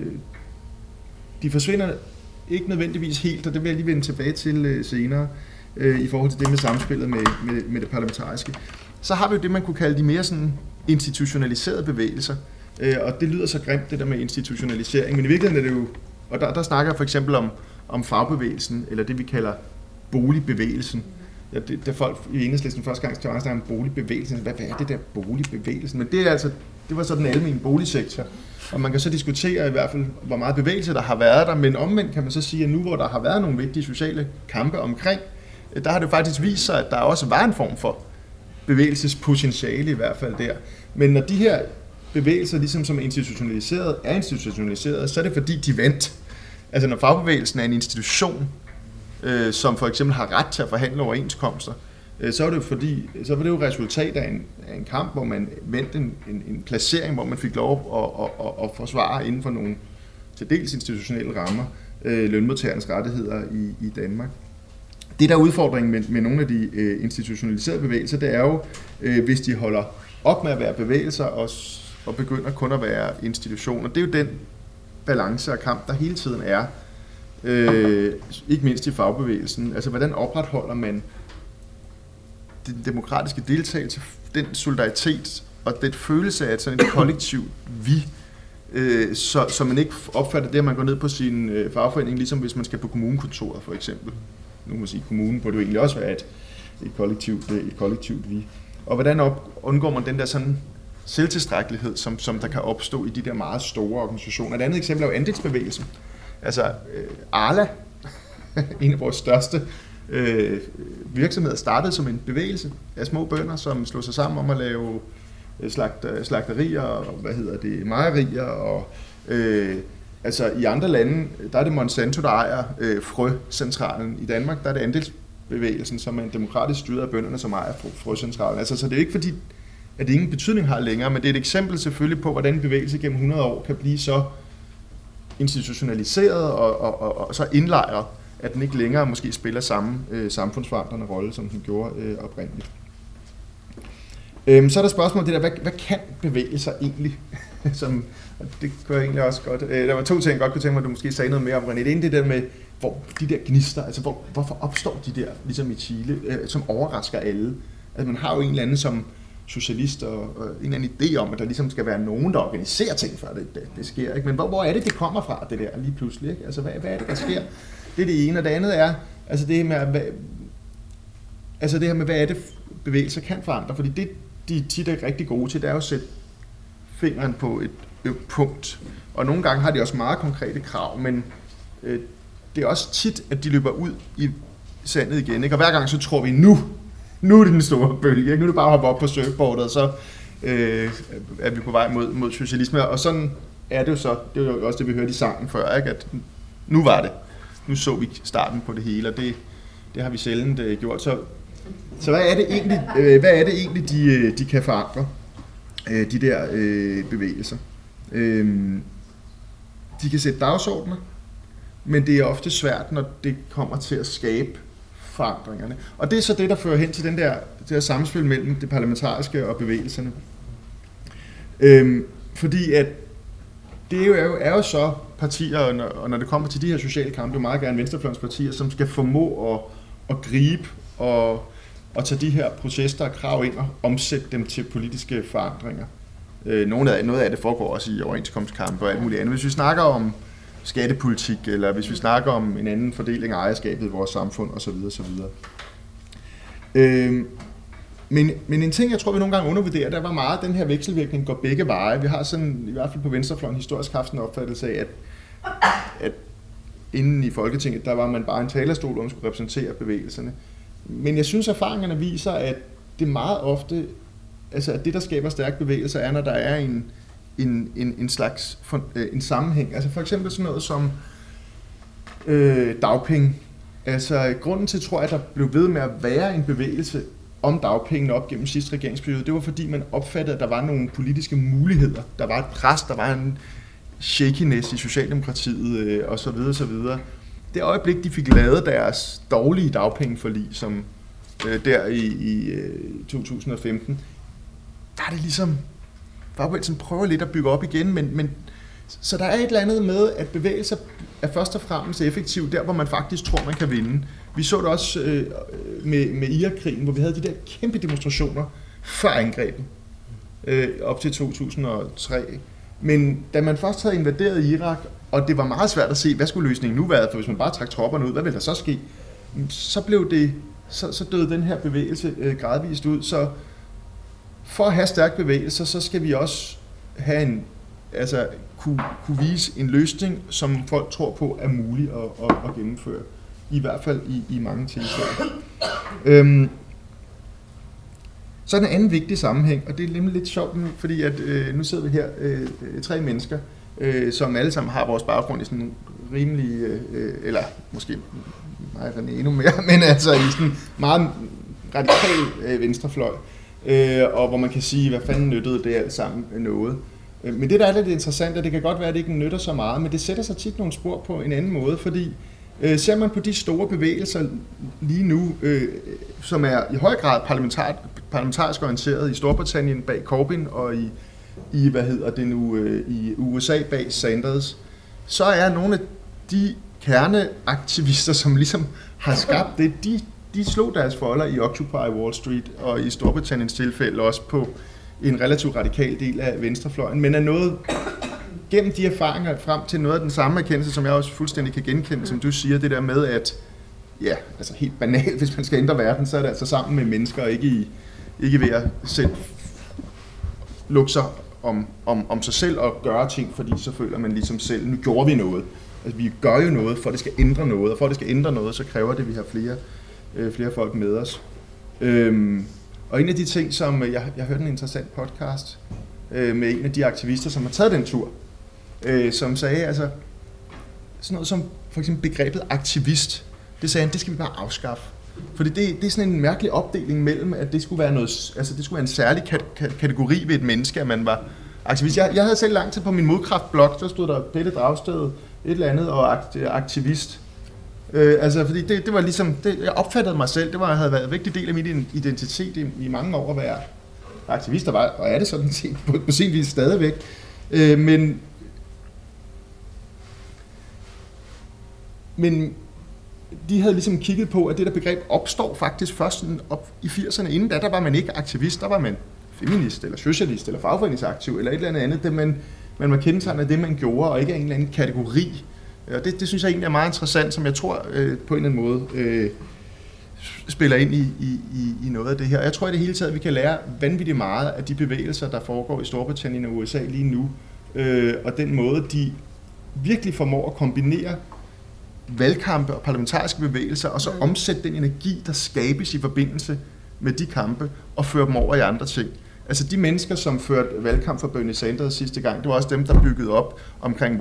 de forsvinder ikke nødvendigvis helt, og det vil jeg lige vende tilbage til øh, senere, øh, i forhold til det med samspillet med, med, med det parlamentariske. Så har vi jo det, man kunne kalde de mere sådan institutionaliserede bevægelser, øh, og det lyder så grimt, det der med institutionalisering, men i virkeligheden er det jo, og der, der snakker jeg for eksempel om, om fagbevægelsen, eller det vi kalder boligbevægelsen. Ja, det, da folk i Enhedslisten første gang skal snakke om boligbevægelsen, hvad, hvad er det der boligbevægelsen? Men det er altså, det var så den almene boligsektor. Og man kan så diskutere i hvert fald, hvor meget bevægelse der har været der, men omvendt kan man så sige, at nu hvor der har været nogle vigtige sociale kampe omkring, der har det faktisk vist sig, at der også var en form for bevægelsespotentiale i hvert fald der. Men når de her bevægelser, ligesom som er institutionaliseret, er institutionaliseret, så er det fordi, de vandt. Altså når fagbevægelsen er en institution, øh, som for eksempel har ret til at forhandle overenskomster, øh, så er det jo fordi, så var det jo resultat af en, af en kamp, hvor man vendte en, en, en placering, hvor man fik lov at, at, at, at forsvare inden for nogle til dels institutionelle rammer øh, lønmodtagernes rettigheder i, i Danmark. Det der er udfordringen med, med nogle af de øh, institutionaliserede bevægelser, det er jo, øh, hvis de holder op med at være bevægelser og, og begynder kun at være institutioner. Det er jo den balance og kamp, der hele tiden er, øh, ikke mindst i fagbevægelsen. Altså, hvordan opretholder man den demokratiske deltagelse, den solidaritet og den følelse af sådan et kollektivt vi, øh, så, så man ikke opfatter det, at man går ned på sin øh, fagforening, ligesom hvis man skal på kommunekontoret for eksempel. Nu må man sige, kommunen burde jo egentlig også være et, et, kollektivt, et kollektivt vi. Og hvordan op, undgår man den der sådan selvtilstrækkelighed, som, som der kan opstå i de der meget store organisationer. Et andet eksempel er jo andelsbevægelsen. Altså øh, Arla, en af vores største øh, virksomheder, startede som en bevægelse af små bønder, som slog sig sammen om at lave slagter, slagterier og hvad hedder det, mejerier. Og øh, altså i andre lande, der er det Monsanto, der ejer øh, frøcentralen. I Danmark, der er det andelsbevægelsen, som er en demokratisk styret af bønderne, som ejer frøcentralen. Altså, så det er ikke fordi, at det ingen betydning har længere, men det er et eksempel selvfølgelig på, hvordan en bevægelse gennem hundrede år kan blive så institutionaliseret og, og, og, og så indlejret, at den ikke længere måske spiller samme øh, samfundsforandrende rolle, som den gjorde øh, oprindeligt. Øhm, så er der spørgsmålet det der, hvad, hvad kan bevægelser egentlig? Som, det kunne jeg egentlig også godt. Øh, der var to ting, jeg godt kunne tænke mig, at du måske sagde noget mere om, René. Det ene det der med, hvor de der gnister, altså hvor, hvorfor opstår de der, ligesom i Chile, øh, som overrasker alle? Altså man har jo en eller anden som socialist og, og en eller anden idé om, at der ligesom skal være nogen, der organiserer ting, før det, det, det sker. Ikke? Men hvor, hvor er det, det kommer fra, det der lige pludselig? Ikke? Altså hvad, hvad er det, der sker? Det er det ene, og det andet er, altså det med, hvad, altså det her med, hvad er det, bevægelser kan forandre? Fordi det, de tit er rigtig gode til, det er jo at sætte fingeren på et ømt punkt. Og nogle gange har de også meget konkrete krav, men øh, det er også tit, at de løber ud i sandet igen. Ikke? Og hver gang så tror vi, nu, nu er det den store bølge. Ikke? Nu er det bare at hoppe op på surfboardet, og så øh, er vi på vej mod, mod socialisme. Og sådan er det jo så, det er jo også det, vi hørte i sangen før, ikke? At nu var det. Nu så vi starten på det hele, og det, det har vi sjældent øh, gjort. Så, så hvad er det egentlig, øh, hvad er det egentlig de, de kan forandre, øh, de der øh, bevægelser? Øh, de kan sætte dagsordner, men det er ofte svært, når det kommer til at skabe forandringerne. Og det er så det, der fører hen til den der, det der samspil mellem det parlamentariske og bevægelserne. Øh, fordi at det er jo, er jo så partier, og når det kommer til de her sociale kampe, det er meget gerne venstrefløjspartier, som skal formå at, at gribe og, og tage de her protester og krav ind og omsætte dem til politiske forandringer. Øh, noget, af, noget af det foregår også i overenskomstkampe og alt muligt andet. Hvis vi snakker om skattepolitik, eller hvis vi snakker om en anden fordeling af ejerskabet i vores samfund osv. osv. Øh, Men, men en ting, jeg tror, vi nogle gange undervurderer, der var meget, den her vekselvirkning går begge veje. Vi har sådan, i hvert fald på venstrefløjen, historisk haft en opfattelse af, at, at inden i Folketinget, der var man bare en talerstol, hvor man skulle repræsentere bevægelserne. Men jeg synes, erfaringerne viser, at det meget ofte, altså at det, der skaber stærke bevægelser, er, når der er en, en, en, en slags en sammenhæng. Altså for eksempel sådan noget som øh, dagpenge. Altså grunden til, tror jeg, at der blev ved med at være en bevægelse om dagpengene op gennem sidste regeringsperiode, det var fordi, man opfattede, at der var nogle politiske muligheder. Der var et pres, der var en shakiness i Socialdemokratiet øh, og så videre, så videre. Det øjeblik, de fik lavet deres dårlige dagpengeforlig, som øh, der i, i øh, to tusind og femten, der er det ligesom, fagbevægelsen prøver lidt at bygge op igen, men, men så der er et eller andet med, at bevægelser er først og fremmest effektiv der, hvor man faktisk tror, man kan vinde. Vi så det også øh, med, med Irak-krigen, hvor vi havde de der kæmpe demonstrationer før angrebet, øh, op til to tusind og tre. Men da man først havde invaderet Irak, og det var meget svært at se, hvad skulle løsningen nu være, for hvis man bare trak tropperne ud, hvad ville der så ske? Så blev det, så, så døde den her bevægelse øh, gradvist ud. Så for at have stærk bevægelser, så skal vi også have en, altså kunne, kunne vise en løsning, som folk tror på er mulig at, at, at gennemføre. I hvert fald i, i mange tilfælde. Øhm, så er der en anden vigtig sammenhæng, og det er nemlig lidt sjovt, fordi at, øh, nu sidder vi her øh, tre mennesker, øh, som alle sammen har vores baggrund i sådan rimelig, øh, eller måske mig og René endnu mere, men altså i sådan meget radikal øh, venstrefløj, øh, og hvor man kan sige, hvad fanden nyttede det alt sammen noget. Men det, der er lidt interessant, og det kan godt være, at det ikke nytter så meget, men det sætter sig tit nogle spor på en anden måde, fordi øh, ser man på de store bevægelser lige nu, øh, som er i høj grad parlamentar- parlamentarisk orienteret i Storbritannien bag Corbyn og i, i hvad hedder det nu, øh, i U S A bag Sanders, så er nogle af de kerneaktivister, som ligesom har skabt det, de, de slog deres folder i Occupy Wall Street og i Storbritanniens tilfælde også på en relativt radikal del af venstrefløjen, men er noget gennem de erfaringer frem til noget af den samme erkendelse, som jeg også fuldstændig kan genkende, som du siger, det der med, at ja, altså helt banalt, hvis man skal ændre verden, så er det altså sammen med mennesker, og ikke, i, ikke ved at selv lukke sig om, om, om sig selv og gøre ting, fordi så føler man ligesom selv, nu gjorde vi noget. Altså vi gør jo noget, for at det skal ændre noget, og for at det skal ændre noget, så kræver det, at vi har flere, øh, flere folk med os. Øhm, Og en af de ting, som jeg, jeg hørte en interessant podcast øh, med en af de aktivister, som har taget den tur, øh, som sagde, altså sådan noget som for eksempel begrebet aktivist, det sagde han, det skal vi bare afskaffe. Fordi det, det er sådan en mærkelig opdeling mellem, at det skulle være noget, altså det skulle være en særlig kat- kategori ved et menneske, at man var aktivist. Jeg, jeg havde selv lang tid på min modkraftblog, så stod der Pelle Dragsted, et eller andet, og aktivist. Øh, altså, fordi det, det var ligesom, det, jeg opfattede mig selv, det var, havde været en vigtig del af min identitet i, i mange år at være aktivist, og, var, og er det sådan set på, på sin vis stadigvæk. Øh, men, men de havde ligesom kigget på, at det der begreb opstår faktisk først sådan op i firserne. Inden da, der var man ikke aktivist, der var man feminist, eller socialist, eller fagforeningsaktiv, eller et eller andet andet. Det, man, man var kendetegnet af det, man gjorde, og ikke af en eller anden kategori. Og det, det synes jeg egentlig er meget interessant, som jeg tror øh, på en eller anden måde øh, spiller ind i, i, i noget af det her. Jeg tror i det hele taget, at vi kan lære vanvittigt meget af de bevægelser, der foregår i Storbritannien og U S A lige nu. Øh, og den måde, de virkelig formår at kombinere valgkampe og parlamentariske bevægelser, og så omsætte den energi, der skabes i forbindelse med de kampe, og føre dem over i andre ting. Altså de mennesker, som førte valgkamp for Bernie Sanders sidste gang, det var også dem, der byggede op omkring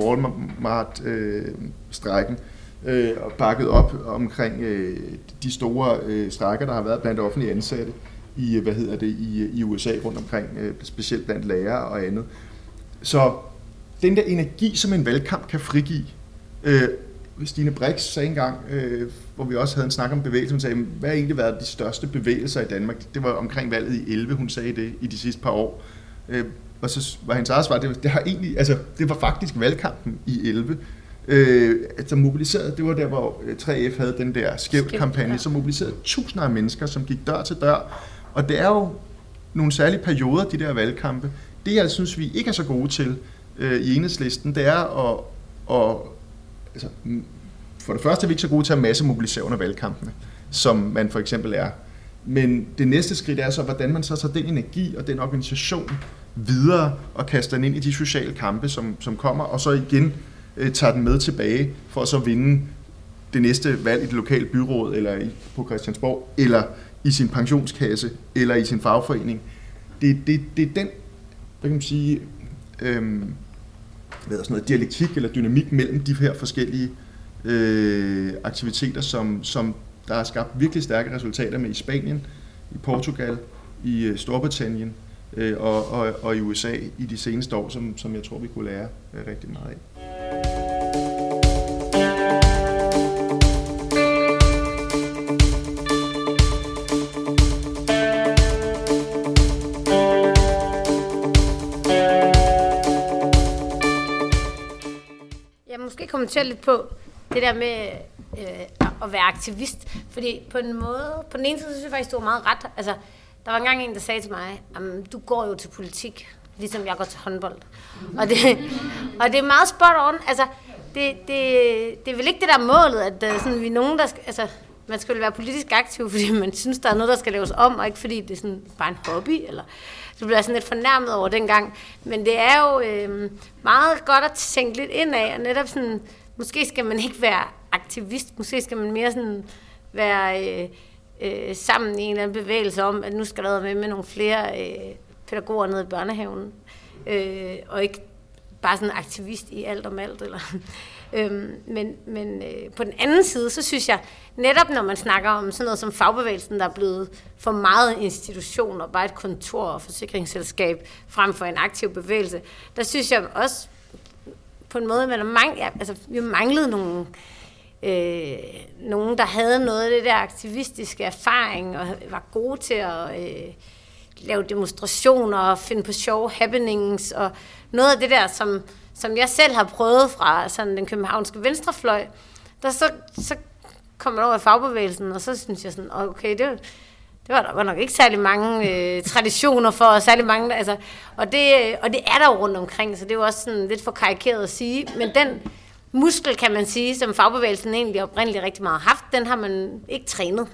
Walmart-strækken, øh, øh, og bakket op omkring øh, de store øh, strækker, der har været blandt offentlige ansatte i, hvad hedder det, i, i U S A rundt omkring, øh, specielt blandt lærere og andet. Så den der energi, som en valgkamp kan frigive, øh, Stine Brix sagde engang, øh, hvor vi også havde en snak om bevægelser, hun sagde, hvad har egentlig været de største bevægelser i Danmark? Det var omkring valget i elleve, hun sagde det i de sidste par år. Øh, og så var hendes eget svar, det, det, har egentlig, altså, det var faktisk valgkampen i elleve, øh, der mobiliserede, det var der, hvor tre F havde den der skævt-kampagne, som mobiliserede tusinder af mennesker, som gik dør til dør. Og det er jo nogle særlige perioder, de der valgkampe. Det, jeg synes, vi ikke er så gode til øh, i Enhedslisten, det er at, at altså, for det første er vi ikke så gode til at massemobilisere under valgkampene, som man for eksempel er. Men det næste skridt er så, hvordan man så tager den energi og den organisation videre og kaster den ind i de sociale kampe, som, som kommer, og så igen øh, tager den med tilbage for at så vinde det næste valg i det lokale byråd, eller i, på Christiansborg, eller i sin pensionskasse, eller i sin fagforening. Det, det, det er den, hvad kan man sige, øhm, hvad er sådan noget, dialektik eller dynamik mellem de her forskellige øh, aktiviteter, som, som der har skabt virkelig stærke resultater med i Spanien, i Portugal, i øh, Storbritannien øh, og, og, og i U S A i de seneste år, som, som jeg tror, vi kunne lære øh, rigtig meget af. Måske kommentere lidt på det der med øh, at være aktivist, fordi på en måde, på den ene side synes jeg faktisk, du var meget ret. Altså, der var engang en, der sagde til mig, du går jo til politik, ligesom jeg går til håndbold. Og det, og det er meget spot on. Altså, det, det, det er vel ikke det der målet, at uh, sådan, vi er nogen, der skal, altså, man skal være politisk aktiv, fordi man synes, der er noget, der skal laves om, og ikke fordi det er sådan bare en hobby, eller så bliver jeg sådan lidt fornærmet over dengang. Men det er jo øh, meget godt at tænke lidt ind af, og netop sådan, måske skal man ikke være aktivist, måske skal man mere sådan være øh, øh, sammen i en eller anden bevægelse om, at nu skal der være med med nogle flere øh, pædagoger nede i børnehaven, øh, og ikke bare sådan aktivist i alt om alt, eller... Øhm, men men øh, på den anden side, så synes jeg, netop når man snakker om sådan noget som fagbevægelsen, der er blevet for meget institution og bare et kontor og forsikringsselskab frem for en aktiv bevægelse, der synes jeg også på en måde, man mang- ja, altså, vi manglede nogle, øh, nogen, der havde noget af det der aktivistiske erfaring og var gode til at øh, lave demonstrationer og finde på sjove happenings og noget af det der, som som jeg selv har prøvet fra sådan den københavnske venstrefløj, der så, så kom man over i fagbevægelsen, og så synes jeg sådan, okay, det, det var der var nok ikke særlig mange øh, traditioner for, og særlig mange, altså, og det, og det er der jo rundt omkring, så det er jo også sådan lidt for karikeret at sige, men den muskel, kan man sige, som fagbevægelsen egentlig oprindeligt rigtig meget har haft, den har man ikke trænet.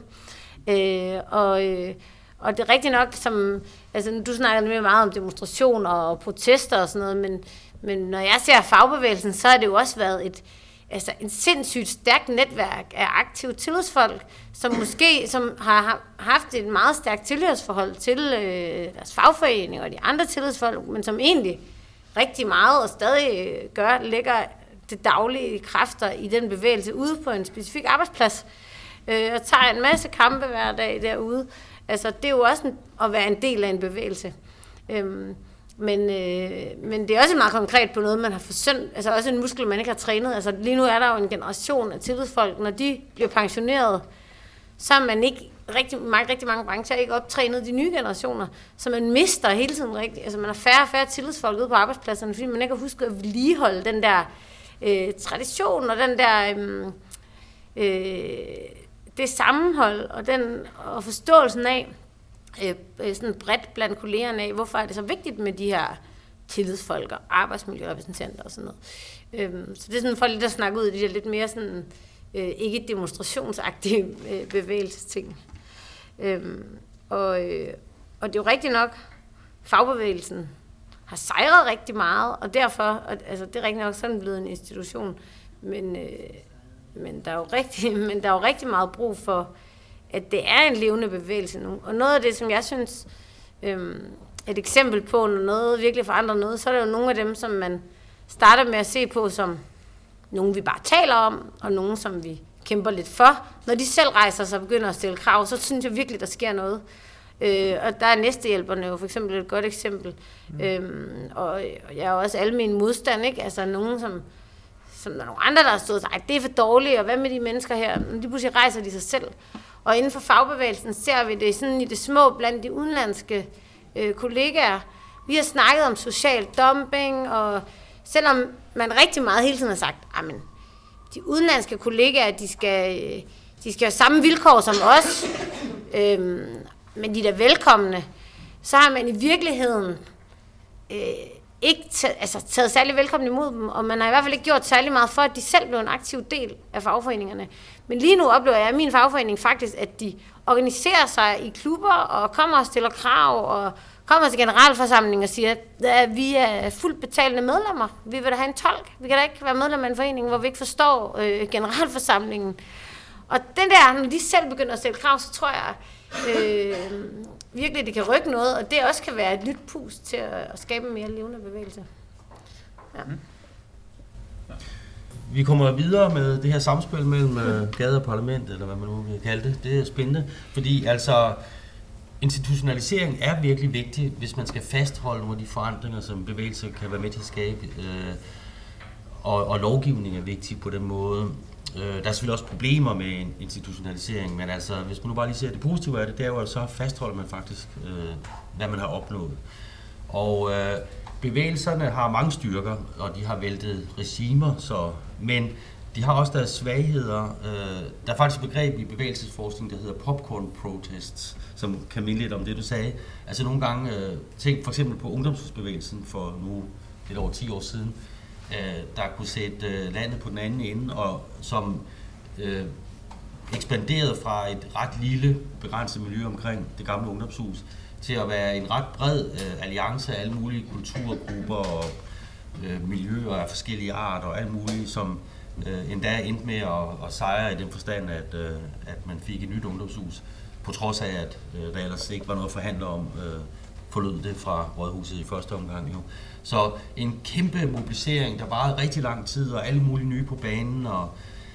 Øh, og, øh, og det er rigtigt nok, som, altså du snakker nemlig meget om demonstrationer og protester og sådan noget, men Men når jeg ser fagbevægelsen, så har det jo også været et, altså en sindssygt stærkt netværk af aktive tillidsfolk, som måske som har haft et meget stærkt tilhørsforhold til øh, deres fagforening og de andre tillidsfolk, men som egentlig rigtig meget og stadig gør, lægger det daglige kræfter i den bevægelse ude på en specifik arbejdsplads, øh, og tager en masse kampe hver dag derude. Altså det er jo også en, at være en del af en bevægelse. Øhm, Men, øh, men det er også meget konkret på noget, man har forsømt, altså også en muskel, man ikke har trænet. Altså lige nu er der jo en generation af tillidsfolk, når de bliver pensioneret, så er man ikke rigtig, mange, rigtig mange brancher ikke optrænet de nye generationer, så man mister hele tiden rigtigt. Altså man har færre og færre tillidsfolk ude på arbejdspladserne, fordi man ikke har husket at vedligeholde den der øh, tradition og den der øh, øh, det sammenhold og den og forståelsen af øh, sådan bredt blandt kollegerne af, hvorfor er det så vigtigt med de her tillidsfolk og arbejdsmiljørepræsentanter og sådan noget. Øh, så det er sådan for lidt at snakke ud i de der lidt mere sådan øh, ikke demonstrationsagtige øh, bevægelsesting. Øhm, og, øh, og det er jo rigtigt nok, fagbevægelsen har sejret rigtig meget, og derfor, og, altså det er rigtigt nok sådan blevet en institution, men, øh, men, der er jo rigtig, men der er jo rigtig meget brug for, at det er en levende bevægelse nu. Og noget af det, som jeg synes, øh, et eksempel på, når noget virkelig forandrer noget, så er det jo nogle af dem, som man starter med at se på som nogen, vi bare taler om, og nogen, som vi kæmper lidt for. Når de selv rejser sig og begynder at stille krav, så synes jeg virkelig, der sker noget. Øh, og der er næstehjælperne jo for eksempel et godt eksempel. Mm. Øhm, og, og jeg er også almen modstand, ikke? Altså nogen, som, som der er nogle andre, der har stået og sagt, det er for dårligt, og hvad med de mennesker her? Men de pludselig rejser de sig selv. Og inden for fagbevægelsen ser vi det sådan i det små blandt de udenlandske øh, kollegaer. Vi har snakket om social dumping, og selvom man rigtig meget hele tiden har sagt, amen, de udenlandske kollegaer, de skal, de skal have samme vilkår som os, øhm, men de er da velkomne, så har man i virkeligheden øh, ikke taget, altså, taget særlig velkommen imod dem, og man har i hvert fald ikke gjort særlig meget for, at de selv blev en aktiv del af fagforeningerne. Men lige nu oplever jeg i min fagforening faktisk, at de organiserer sig i klubber og kommer og stiller krav og kommer til generalforsamling og siger, at vi er fuldt betalende medlemmer. Vi vil da have en tolk. Vi kan da ikke være medlem af en forening, hvor vi ikke forstår øh, generalforsamlingen. Og den der, når de selv begynder at stille krav, så tror jeg øh, virkelig, det kan rykke noget, og det også kan være et nyt pust til at, at skabe en mere levende bevægelse. Ja. Mm. Vi kommer videre med det her samspil mellem øh, gade og parlament, eller hvad man nu vil kalde det. Det er spændende, fordi altså institutionalisering er virkelig vigtig, hvis man skal fastholde nogle af de forandringer, som bevægelser kan være med til at skabe. Øh, og, og lovgivning er vigtig på den måde. Øh, der er selvfølgelig også problemer med en institutionalisering, men altså, hvis man nu bare lige ser det positive af det, det er jo, at så fastholder man faktisk, øh, hvad man har opnået. Og øh, bevægelserne har mange styrker, og de har væltet regimer, så, men de har også deres svagheder. Øh, der er faktisk et begreb i bevægelsesforskning, der hedder popcorn protests, som kan minde lidt om det, du sagde. Altså nogle gange, øh, tænk for eksempel på ungdomsbevægelsen for nu lidt over ti år siden, øh, der kunne sætte øh, landet på den anden ende, og som øh, ekspanderede fra et ret lille, begrænset miljø omkring det gamle ungdomshus, til at være en ret bred øh, alliance af alle mulige kulturgrupper og øh, miljøer af forskellige arter og alt muligt, som øh, endda endte med at, at sejre i den forstand, at, øh, at man fik et nyt ungdomshus, på trods af, at øh, der ellers ikke var noget at forhandle om, øh, forlød det fra Rådhuset i første omgang. Jo. Så en kæmpe mobilisering, der varede rigtig lang tid, og alle mulige nye på banen, og,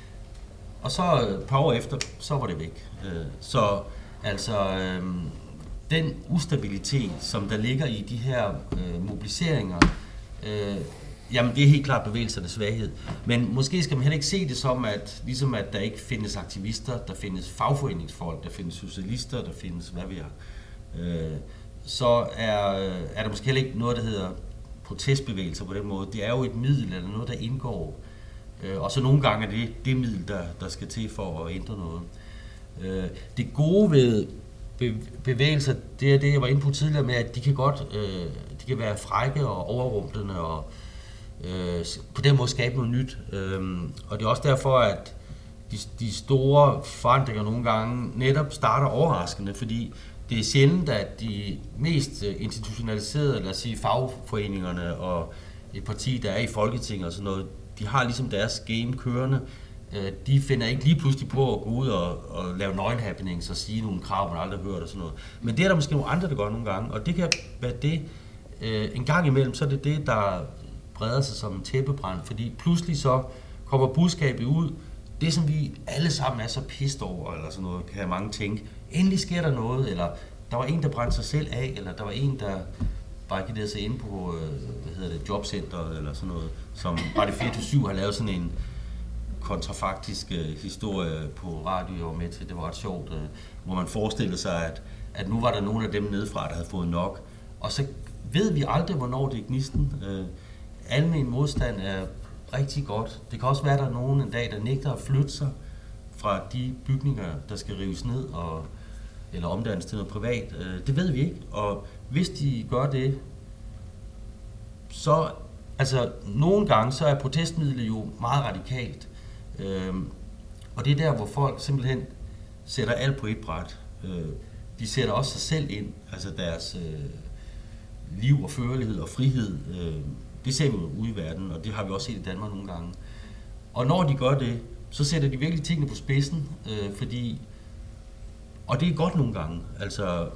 og så et par år efter, så var det væk. Øh, så altså... Øh, den ustabilitet, som der ligger i de her øh, mobiliseringer, øh, jamen det er helt klart bevægelsernes svaghed. Men måske skal man heller ikke se det som, at ligesom at der ikke findes aktivister, der findes fagforeningsfolk, der findes socialister, der findes hvad vi har, øh, så er, er der måske heller ikke noget, der hedder protestbevægelser på den måde. Det er jo et middel, eller noget, der indgår. Øh, og så nogle gange er det det middel, der, der skal til for at ændre noget. Øh, det gode ved bevægelser, det er det, jeg var inde på tidligere med, at de kan godt, øh, de kan være frække og overrumplende og øh, på den måde skabe noget nyt. Øhm, og det er også derfor, at de, de store forandringer nogle gange netop starter overraskende, fordi det er sjældent, at de mest institutionaliserede, lad os sige fagforeningerne og et parti, der er i Folketinget og sådan noget, de har ligesom deres game kørende. De finder ikke lige pludselig på at gå ud og, og lave nøgenhappenings og sige nogle krav, man aldrig har hørt og sådan noget. Men det er der måske nogle andre, der gør nogle gange, og det kan være det, øh, en gang imellem, så er det det, der breder sig som en tæppebrand, fordi pludselig så kommer budskabet ud, det som vi alle sammen er så pissed over, eller sådan noget, kan mange tænke, endelig sker der noget, eller der var en, der brændte sig selv af, eller der var en, der barrikadere sig inde på, hvad hedder det, jobcenter eller sådan noget, som Radio fireogtyve syv har lavet sådan en kontrafaktisk historie på radio og med til. Det var ret sjovt, hvor man forestillede sig, at, at nu var der nogle af dem nedefra, der havde fået nok. Og så ved vi aldrig, hvornår det er gnisten. Almen modstand er rigtig godt. Det kan også være, at der er nogen en dag, der nægter at flytte sig fra de bygninger, der skal rives ned og, eller omdannes til noget privat. Det ved vi ikke. Og hvis de gør det, så altså nogle gange så er protestmidlet jo meget radikalt. Øhm, og det er der, hvor folk simpelthen sætter alt på et bræt. Øh, de sætter også sig selv ind, altså deres øh, liv og førlighed og frihed. Øh, det ser vi jo ude i verden, og det har vi også set i Danmark nogle gange. Og når de gør det, så sætter de virkelig tingene på spidsen, øh, fordi, og det er godt nogle gange, altså,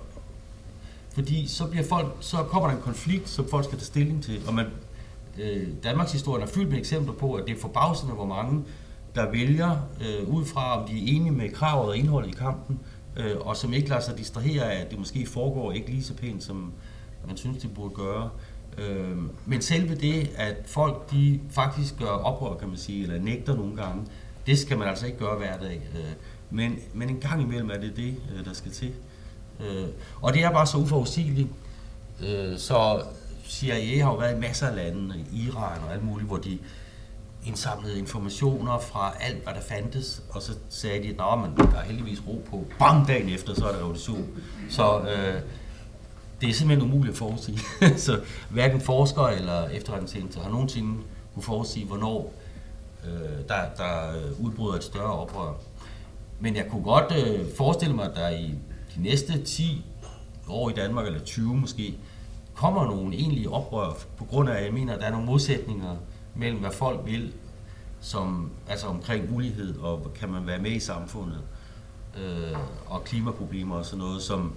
fordi så bliver folk, så kommer der en konflikt, som folk skal tage stilling til, og man, øh, Danmarks historie er fyldt med eksempler på, at det er forbavsende, hvor mange der vælger øh, ud fra, om de er enige med kravet og indholdet i kampen, øh, og som ikke lader sig distrahere af, at det måske foregår ikke lige så pænt, som man synes, det burde gøre. Øh, men selve det, at folk de faktisk gør oprør, kan man sige, eller nægter nogle gange, det skal man altså ikke gøre hver dag. Øh, men, men en gang imellem er det det, øh, der skal til. Øh, og det er bare så uforudsigeligt. Øh, så C I A har jo været i masser af lande, Iran og alt muligt, hvor de indsamlede informationer fra alt, hvad der fandtes, og så sagde de, at der er heldigvis ro på. Bam, dagen efter, så er der revolution. Så øh, det er simpelthen umuligt at forudsige. Så hverken forskere eller efterretningstjenester har nogensinde kunne forudsige, hvornår øh, der, der udbryder et større oprør. Men jeg kunne godt øh, forestille mig, at der i de næste ti år i Danmark, eller tyve måske, kommer nogle egentlige oprør, på grund af, at jeg mener, at der er nogle modsætninger mellem, hvad folk vil, som, altså omkring ulighed, og kan man være med i samfundet, øh, og klimaproblemer og sådan noget, som,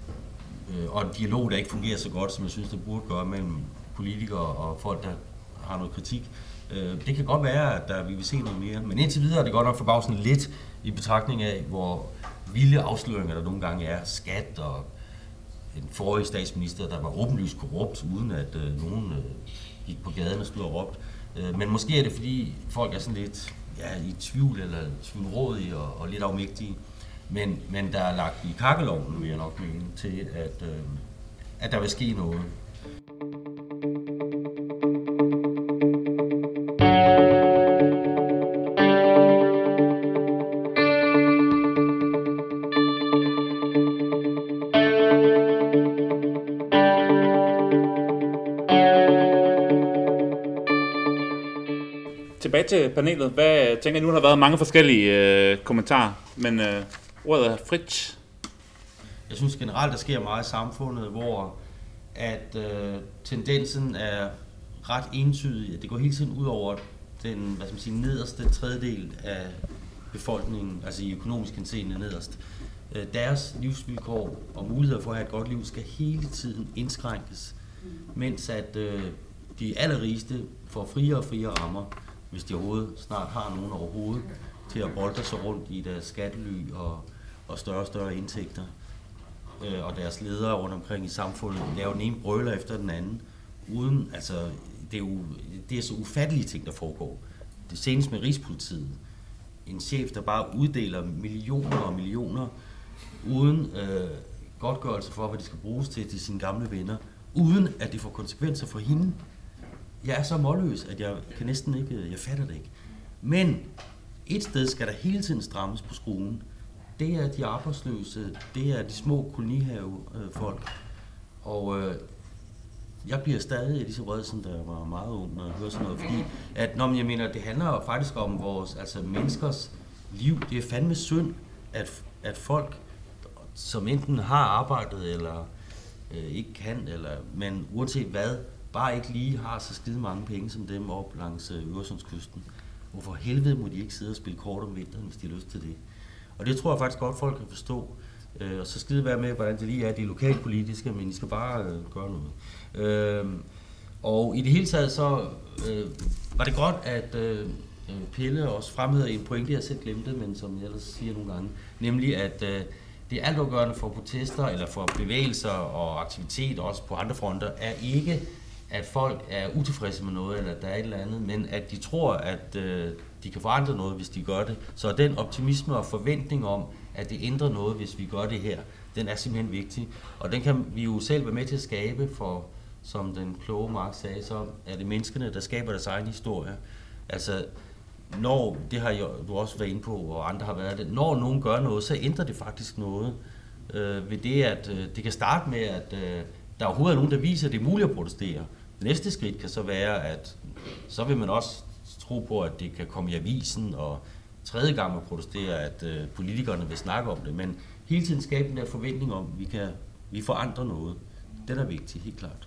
øh, og en dialog, der ikke fungerer så godt, som jeg synes, det burde gøre mellem politikere og folk, der har noget kritik. Øh, det kan godt være, at der, vi vil se noget mere, men indtil videre er det godt nok forbavsende lidt i betragtning af, hvor vilde afsløringer der nogle gange er, skat og en forrige statsminister, der var åbenlyst korrupt, uden at øh, nogen øh, gik på gaden og stod og råbt. Øh, men måske er det, fordi folk er sådan lidt ja, i tvivl eller tvivlrådige og, og lidt afmægtige. Men, men der er lagt i kakkeloven, vil jeg nok mene, til at, øh, at der vil ske noget. Tilbage til panelet. Hvad tænker I nu? Der har været mange forskellige øh, kommentarer, men øh, ordet er frit. Jeg synes generelt, der sker meget i samfundet, hvor at øh, tendensen er ret entydig. Det går hele tiden ud over den, hvad skal man sige, nederste tredjedel af befolkningen, altså i økonomisk henseende nederst. Øh, deres livsvilkår og muligheder for at have et godt liv skal hele tiden indskrænkes, mens at øh, de allerrigeste får friere og friere rammer, hvis de overhovedet snart har nogen overhovedet til at bolde sig rundt i deres skattely og, og større og større indtægter. Øh, og deres ledere rundt omkring i samfundet laver den ene brøler efter den anden, uden, altså, det er, jo, det er så ufattelige ting, der foregår. Det senest med Rigspolitiet. En chef, der bare uddeler millioner og millioner, uden øh, godtgørelse for, hvad de skal bruges til, til sine gamle venner, uden at det får konsekvenser for hende. Jeg er så målløs, at jeg kan næsten ikke, jeg fatter det ikke. Men et sted skal der hele tiden strammes på skruen. Det er de arbejdsløse, det er de små kolonihavefolk. Og øh, jeg bliver stadig lige så vred, som der var meget ung, når jeg hører sådan noget. Fordi at, når jeg mener, det handler faktisk om vores, altså menneskers liv. Det er fandme synd, at, at folk, som enten har arbejdet eller øh, ikke kan, eller, men uanset hvad, bare ikke lige har så skide mange penge som dem op langs Øresundskysten. Hvorfor helvede må de ikke sidde og spille kort om vinteren, hvis de har lyst til det? Og det tror jeg faktisk godt, folk kan forstå. Øh, og så skide være med, hvordan det lige er, de lokalpolitiske, men I skal bare øh, gøre noget. Øh, og i det hele taget så øh, var det godt, at øh, Pelle også fremhævede en pointe, jeg selv glemte, men som jeg ellers siger nogle gange, nemlig at øh, det altafgørende for protester eller for bevægelser og aktiviteter også på andre fronter, er ikke, at folk er utilfredse med noget, eller der er et eller andet, men at de tror, at øh, de kan forandre noget, hvis de gør det. Så den optimisme og forventning om, at det ændrer noget, hvis vi gør det her, den er simpelthen vigtig. Og den kan vi jo selv være med til at skabe, for som den kloge Marx sagde, så er det menneskene, der skaber deres egen historie. Altså, når, det har du også været inde på, og andre har været det, når nogen gør noget, så ændrer det faktisk noget. Øh, ved det, at øh, det kan starte med, at øh, der overhovedet er nogen, der viser, at det er muligt at protestere. Det næste skridt kan så være, at så vil man også tro på, at det kan komme i avisen, og tredje gang man protesterer, at øh, politikerne vil snakke om det. Men hele tiden skabe den der forventning om, at vi kan vi forandrer noget. Den er vigtig, helt klart.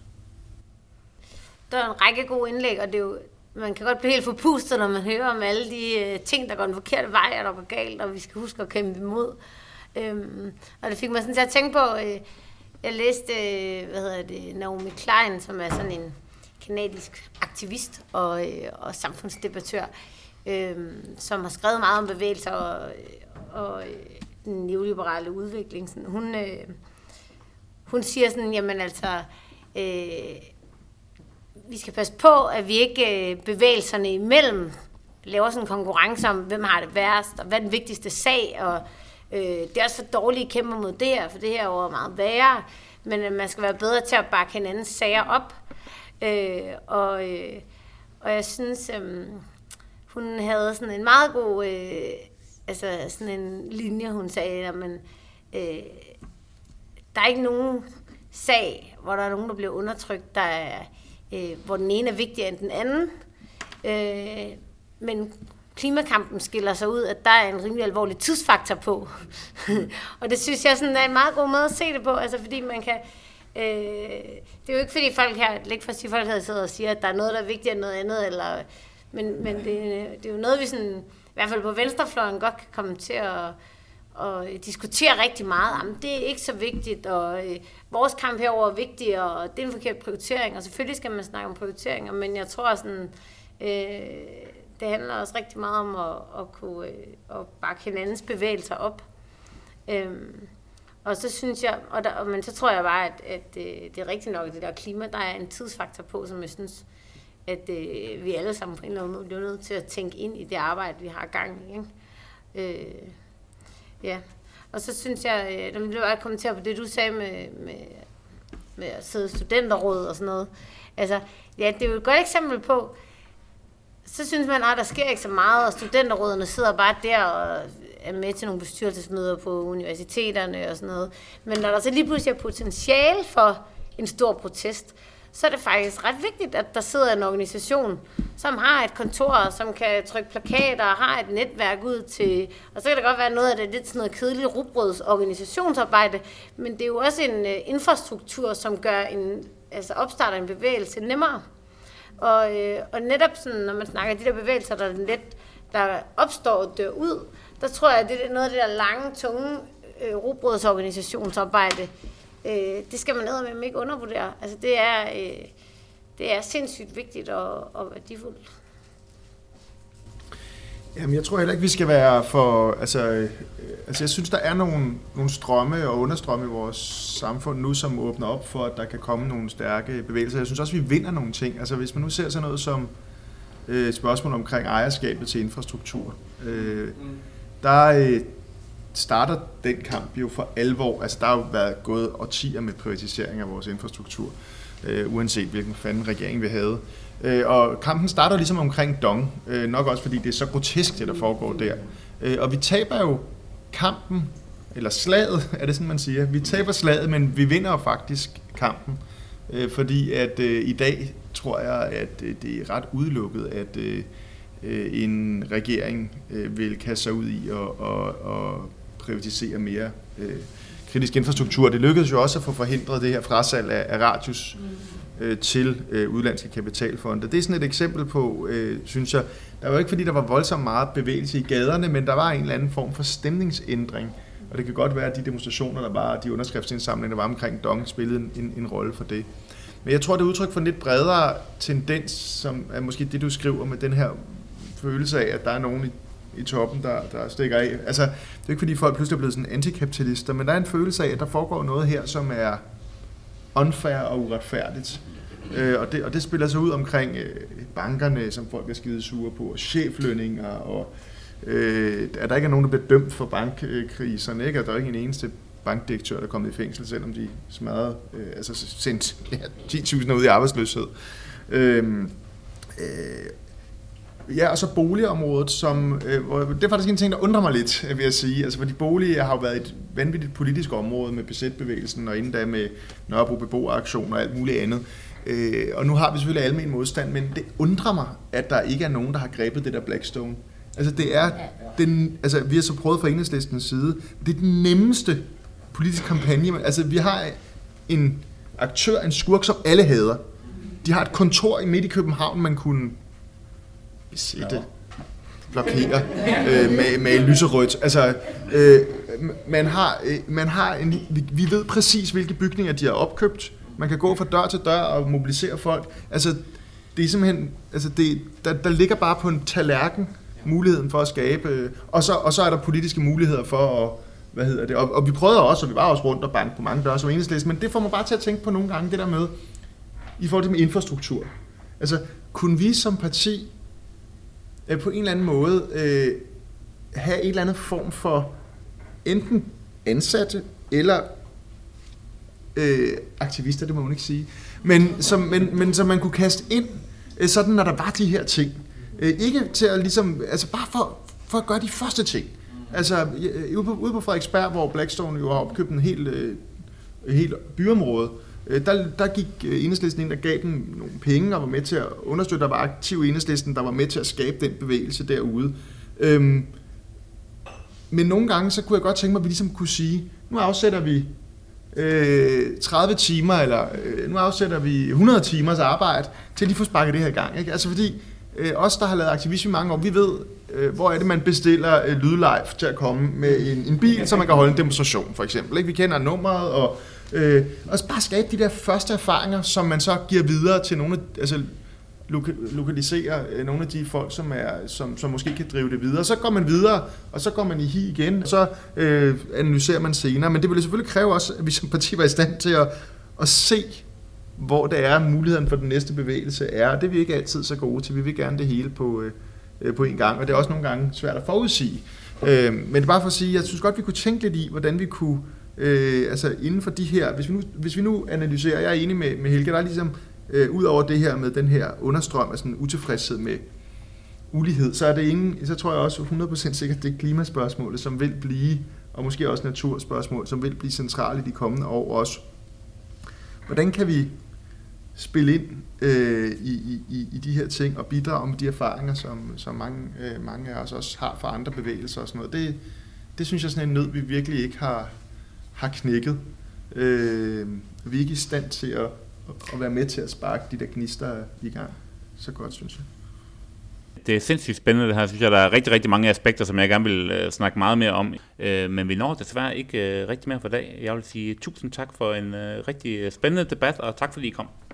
Der er en række gode indlæg, og det er jo, man kan godt blive helt forpustet, når man hører om alle de øh, ting, der går den forkerte vej, og der går galt, og vi skal huske at kæmpe imod. Øhm, og det fik mig sådan til at tænke på, øh, jeg læste, øh, hvad hedder det, Naomi Klein, som er sådan en kanadisk aktivist og, øh, og samfundsdebattør, øh, som har skrevet meget om bevægelser og, og øh, den neoliberale udvikling. Sådan, hun, øh, hun siger sådan, jamen altså, øh, vi skal passe på, at vi ikke øh, bevægelserne imellem laver sådan en konkurrence om, hvem har det værst, og hvad er den vigtigste sag, og øh, det er også for dårligt at kæmpe mod det her, for det her er jo meget værre, men øh, man skal være bedre til at bakke hinandens sager op. Øh, og, øh, og jeg synes, øh, hun havde sådan en meget god, øh, altså sådan en linje, hun sagde, at man, øh, der er ikke nogen sag, hvor der er nogen, der bliver undertrykt, der er, øh, hvor den ene er vigtigere end den anden. Øh, men klimakampen skiller sig ud, at der er en rimelig alvorlig tidsfaktor på. Og det synes jeg sådan er en meget god måde at se det på, altså fordi man kan, øh, det er jo ikke fordi folk her, ikke for at sige, folk her sidder og siger, at der er noget, der er vigtigere end noget andet, eller, men, men det, det er jo noget, vi sådan, i hvert fald på venstrefløjen godt kan komme til at, og diskutere rigtig meget. Jamen, det er ikke så vigtigt, og øh, vores kamp herover er vigtig, og det er en forkert prioritering, og selvfølgelig skal man snakke om prioriteringer, men jeg tror sådan, øh, det handler også rigtig meget om at, at kunne øh, at bakke hinandens bevægelser op. Øhm, og så synes jeg, og der, men så tror jeg bare, at, at øh, det er rigtigt nok, at det der klima, der er en tidsfaktor på, som jeg synes, at øh, vi alle sammen på en eller anden måde bliver nødt til at tænke ind i det arbejde, vi har gang i. Ikke? Øh, ja, og så synes jeg, øh, der vil jeg kommentere på det, du sagde med, med, med at sidde i studenterråd og sådan noget. Altså, ja, det er jo et godt eksempel på, så synes man, at der sker ikke så meget, og studenterrådene sidder bare der og er med til nogle bestyrelsesmøder på universiteterne og sådan noget. Men når der så lige pludselig er potentiale for en stor protest, så er det faktisk ret vigtigt, at der sidder en organisation, som har et kontor, som kan trykke plakater og har et netværk ud til, og så kan det godt være noget af det lidt sådan noget kedeligt rugbrøds organisationsarbejde, men det er jo også en uh, infrastruktur, som gør en, altså opstarter en bevægelse nemmere. Og, øh, og netop sådan, når man snakker de der bevægelser, der, let, der opstår og dør ud, der tror jeg, at det er noget af det der lange, tunge øh, rugbrødsorganisationsarbejde. Øh, det skal man eddermame ikke undervurdere. Altså det er, øh, det er sindssygt vigtigt og, og værdifuldt. Jamen, jeg tror heller ikke, vi skal være for... Altså, øh, altså jeg synes, der er nogle, nogle strømme og understrømme i vores samfund nu, som åbner op for, at der kan komme nogle stærke bevægelser. Jeg synes også, vi vinder nogle ting. Altså, hvis man nu ser sådan noget som øh, et spørgsmål omkring ejerskabet til infrastruktur, øh, der øh, starter den kamp jo for alvor. Altså, der har jo været gået årtier med privatisering af vores infrastruktur, øh, uanset hvilken fanden regering vi havde. Øh, og kampen starter ligesom omkring Dong, øh, nok også fordi det er så grotesk, det der foregår der. Øh, og vi taber jo kampen, eller slaget, er det sådan, man siger. Vi taber slaget, men vi vinder jo faktisk kampen. Øh, fordi at øh, i dag tror jeg, at øh, det er ret udelukket, at øh, en regering øh, vil kaste sig ud i og, og, og privatisere mere øh, kritisk infrastruktur. Det lykkedes jo også at få forhindret det her frasalg af, af radius øh, til øh, udlandske kapitalfonde. Det er sådan et eksempel på, øh, synes jeg, der var ikke fordi, der var voldsomt meget bevægelse i gaderne, men der var en eller anden form for stemningsændring. Og det kan godt være, at de demonstrationer, der var, de underskriftsindsamlinger, der var omkring Dong, spillede en, en rolle for det. Men jeg tror, det er udtryk for en lidt bredere tendens, som er måske det, du skriver med den her følelse af, at der er nogen i toppen, der, der stikker af. Altså, det er ikke fordi folk pludselig er blevet sådan antikapitalister, men der er en følelse af, at der foregår noget her, som er unfair og uretfærdigt. Øh, og, det, og det spiller sig ud omkring øh, bankerne, som folk er skide sure på, og cheflønninger, og øh, at der ikke er nogen, der bliver dømt for bankkriserne, ikke? At der er ikke en eneste bankdirektør, der er kommet i fængsel, selvom de smadrede, øh, altså sendt ja, ti tusind ud i arbejdsløshed. Øh, øh, ja, og så boligområdet, som, øh, hvor, det er faktisk en ting, der undrer mig lidt, vil jeg sige. Altså, fordi bolig har jo været et vanvittigt politisk område med B Z-bevægelsen, og inden da med Nørrebro beboeraktion og alt muligt andet. Øh, og nu har vi selvfølgelig almen modstand, men det undrer mig, at der ikke er nogen, der har grebet det der Blackstone. Altså, det er den, altså, vi har så prøvet fra Enhedslistens side, det er den nemmeste politiske kampagne. Altså, vi har en aktør, en skurk, som alle hader. De har et kontor i midt i København, man kunne sætte, blokere øh, med, med lyserødt. Altså, øh, man har, øh, man har en, vi, vi ved præcis, hvilke bygninger de har opkøbt. Man kan gå fra dør til dør og mobilisere folk. Altså, det er simpelthen, altså det, der, der ligger bare på en tallerken muligheden for at skabe, og så, og så er der politiske muligheder for at, hvad hedder det, og, og vi prøvede også, og vi var også rundt og banke på mange døre som Enhedslisten, men det får man bare til at tænke på nogle gange, det der med, i forhold til med infrastruktur. Altså, kunne vi som parti øh, på en eller anden måde øh, have en eller anden form for enten ansatte eller øh, aktivister, det må man ikke sige, men som, men, men som man kunne kaste ind, øh, sådan når der var de her ting. Øh, ikke til at ligesom, altså bare for, for at gøre de første ting. Altså ude på, ude på Frederiksberg, hvor Blackstone jo har opkøbt en hel, øh, hel byområde, øh, der, der gik Enhedslisten ind og gav dem nogle penge og var med til at understøtte, der var aktiv Enhedslisten, der var med til at skabe den bevægelse derude. Øhm, men nogle gange, så kunne jeg godt tænke mig, at vi ligesom kunne sige, nu afsætter vi øh, tredive timer, eller øh, nu afsætter vi hundrede timers arbejde, til de får sparket det her i gang. Ikke? Altså fordi øh, os, der har lavet aktivisme i mange år, vi ved, øh, hvor er det, man bestiller øh, Lydlive til at komme med en, en bil, så man kan holde en demonstration, for eksempel. Ikke? Vi kender nummeret, og, øh, og bare skabe de der første erfaringer, som man så giver videre til nogle af, altså loka- lokalisere øh, nogle af de folk, som, er, som, som måske kan drive det videre. Så går man videre, og så går man i hi igen, og så øh, analyserer man senere. Men det vil selvfølgelig kræve også, at vi som parti var i stand til at, at se, hvor det er, muligheden for den næste bevægelse er. Og det er vi ikke altid så gode til. Vi vil gerne det hele på, øh, på en gang, og det er også nogle gange svært at forudsige. Øh, men det er bare for at sige, jeg synes godt, vi kunne tænke lidt i, hvordan vi kunne, øh, altså inden for de her, hvis vi nu, hvis vi nu analyserer, jeg er enig med, med Helge, der er ligesom, øh, ud over det her med den her understrøm af sådan utilfredshed med ulighed, så er det ingen, så tror jeg også hundrede procent sikkert, det er klimaspørgsmålet, som vil blive, og måske også naturspørgsmål, som vil blive centrale i de kommende år også. Hvordan kan vi spille ind øh, i, i, i de her ting og bidrage med de erfaringer, som, som mange, øh, mange af os også har fra andre bevægelser og sådan noget. Det, det synes jeg er sådan en nød, vi virkelig ikke har, har knækket. Øh, vi er ikke i stand til at, at være med til at sparke de der gnister i gang. Så godt, synes jeg. Det er sindssygt spændende det her, synes jeg. Der er rigtig, rigtig mange aspekter, som jeg gerne vil øh, snakke meget mere om. Øh, men vi når desværre ikke øh, rigtig mere for i dag. Jeg vil sige tusind tak for en øh, rigtig spændende debat, og tak fordi I kom.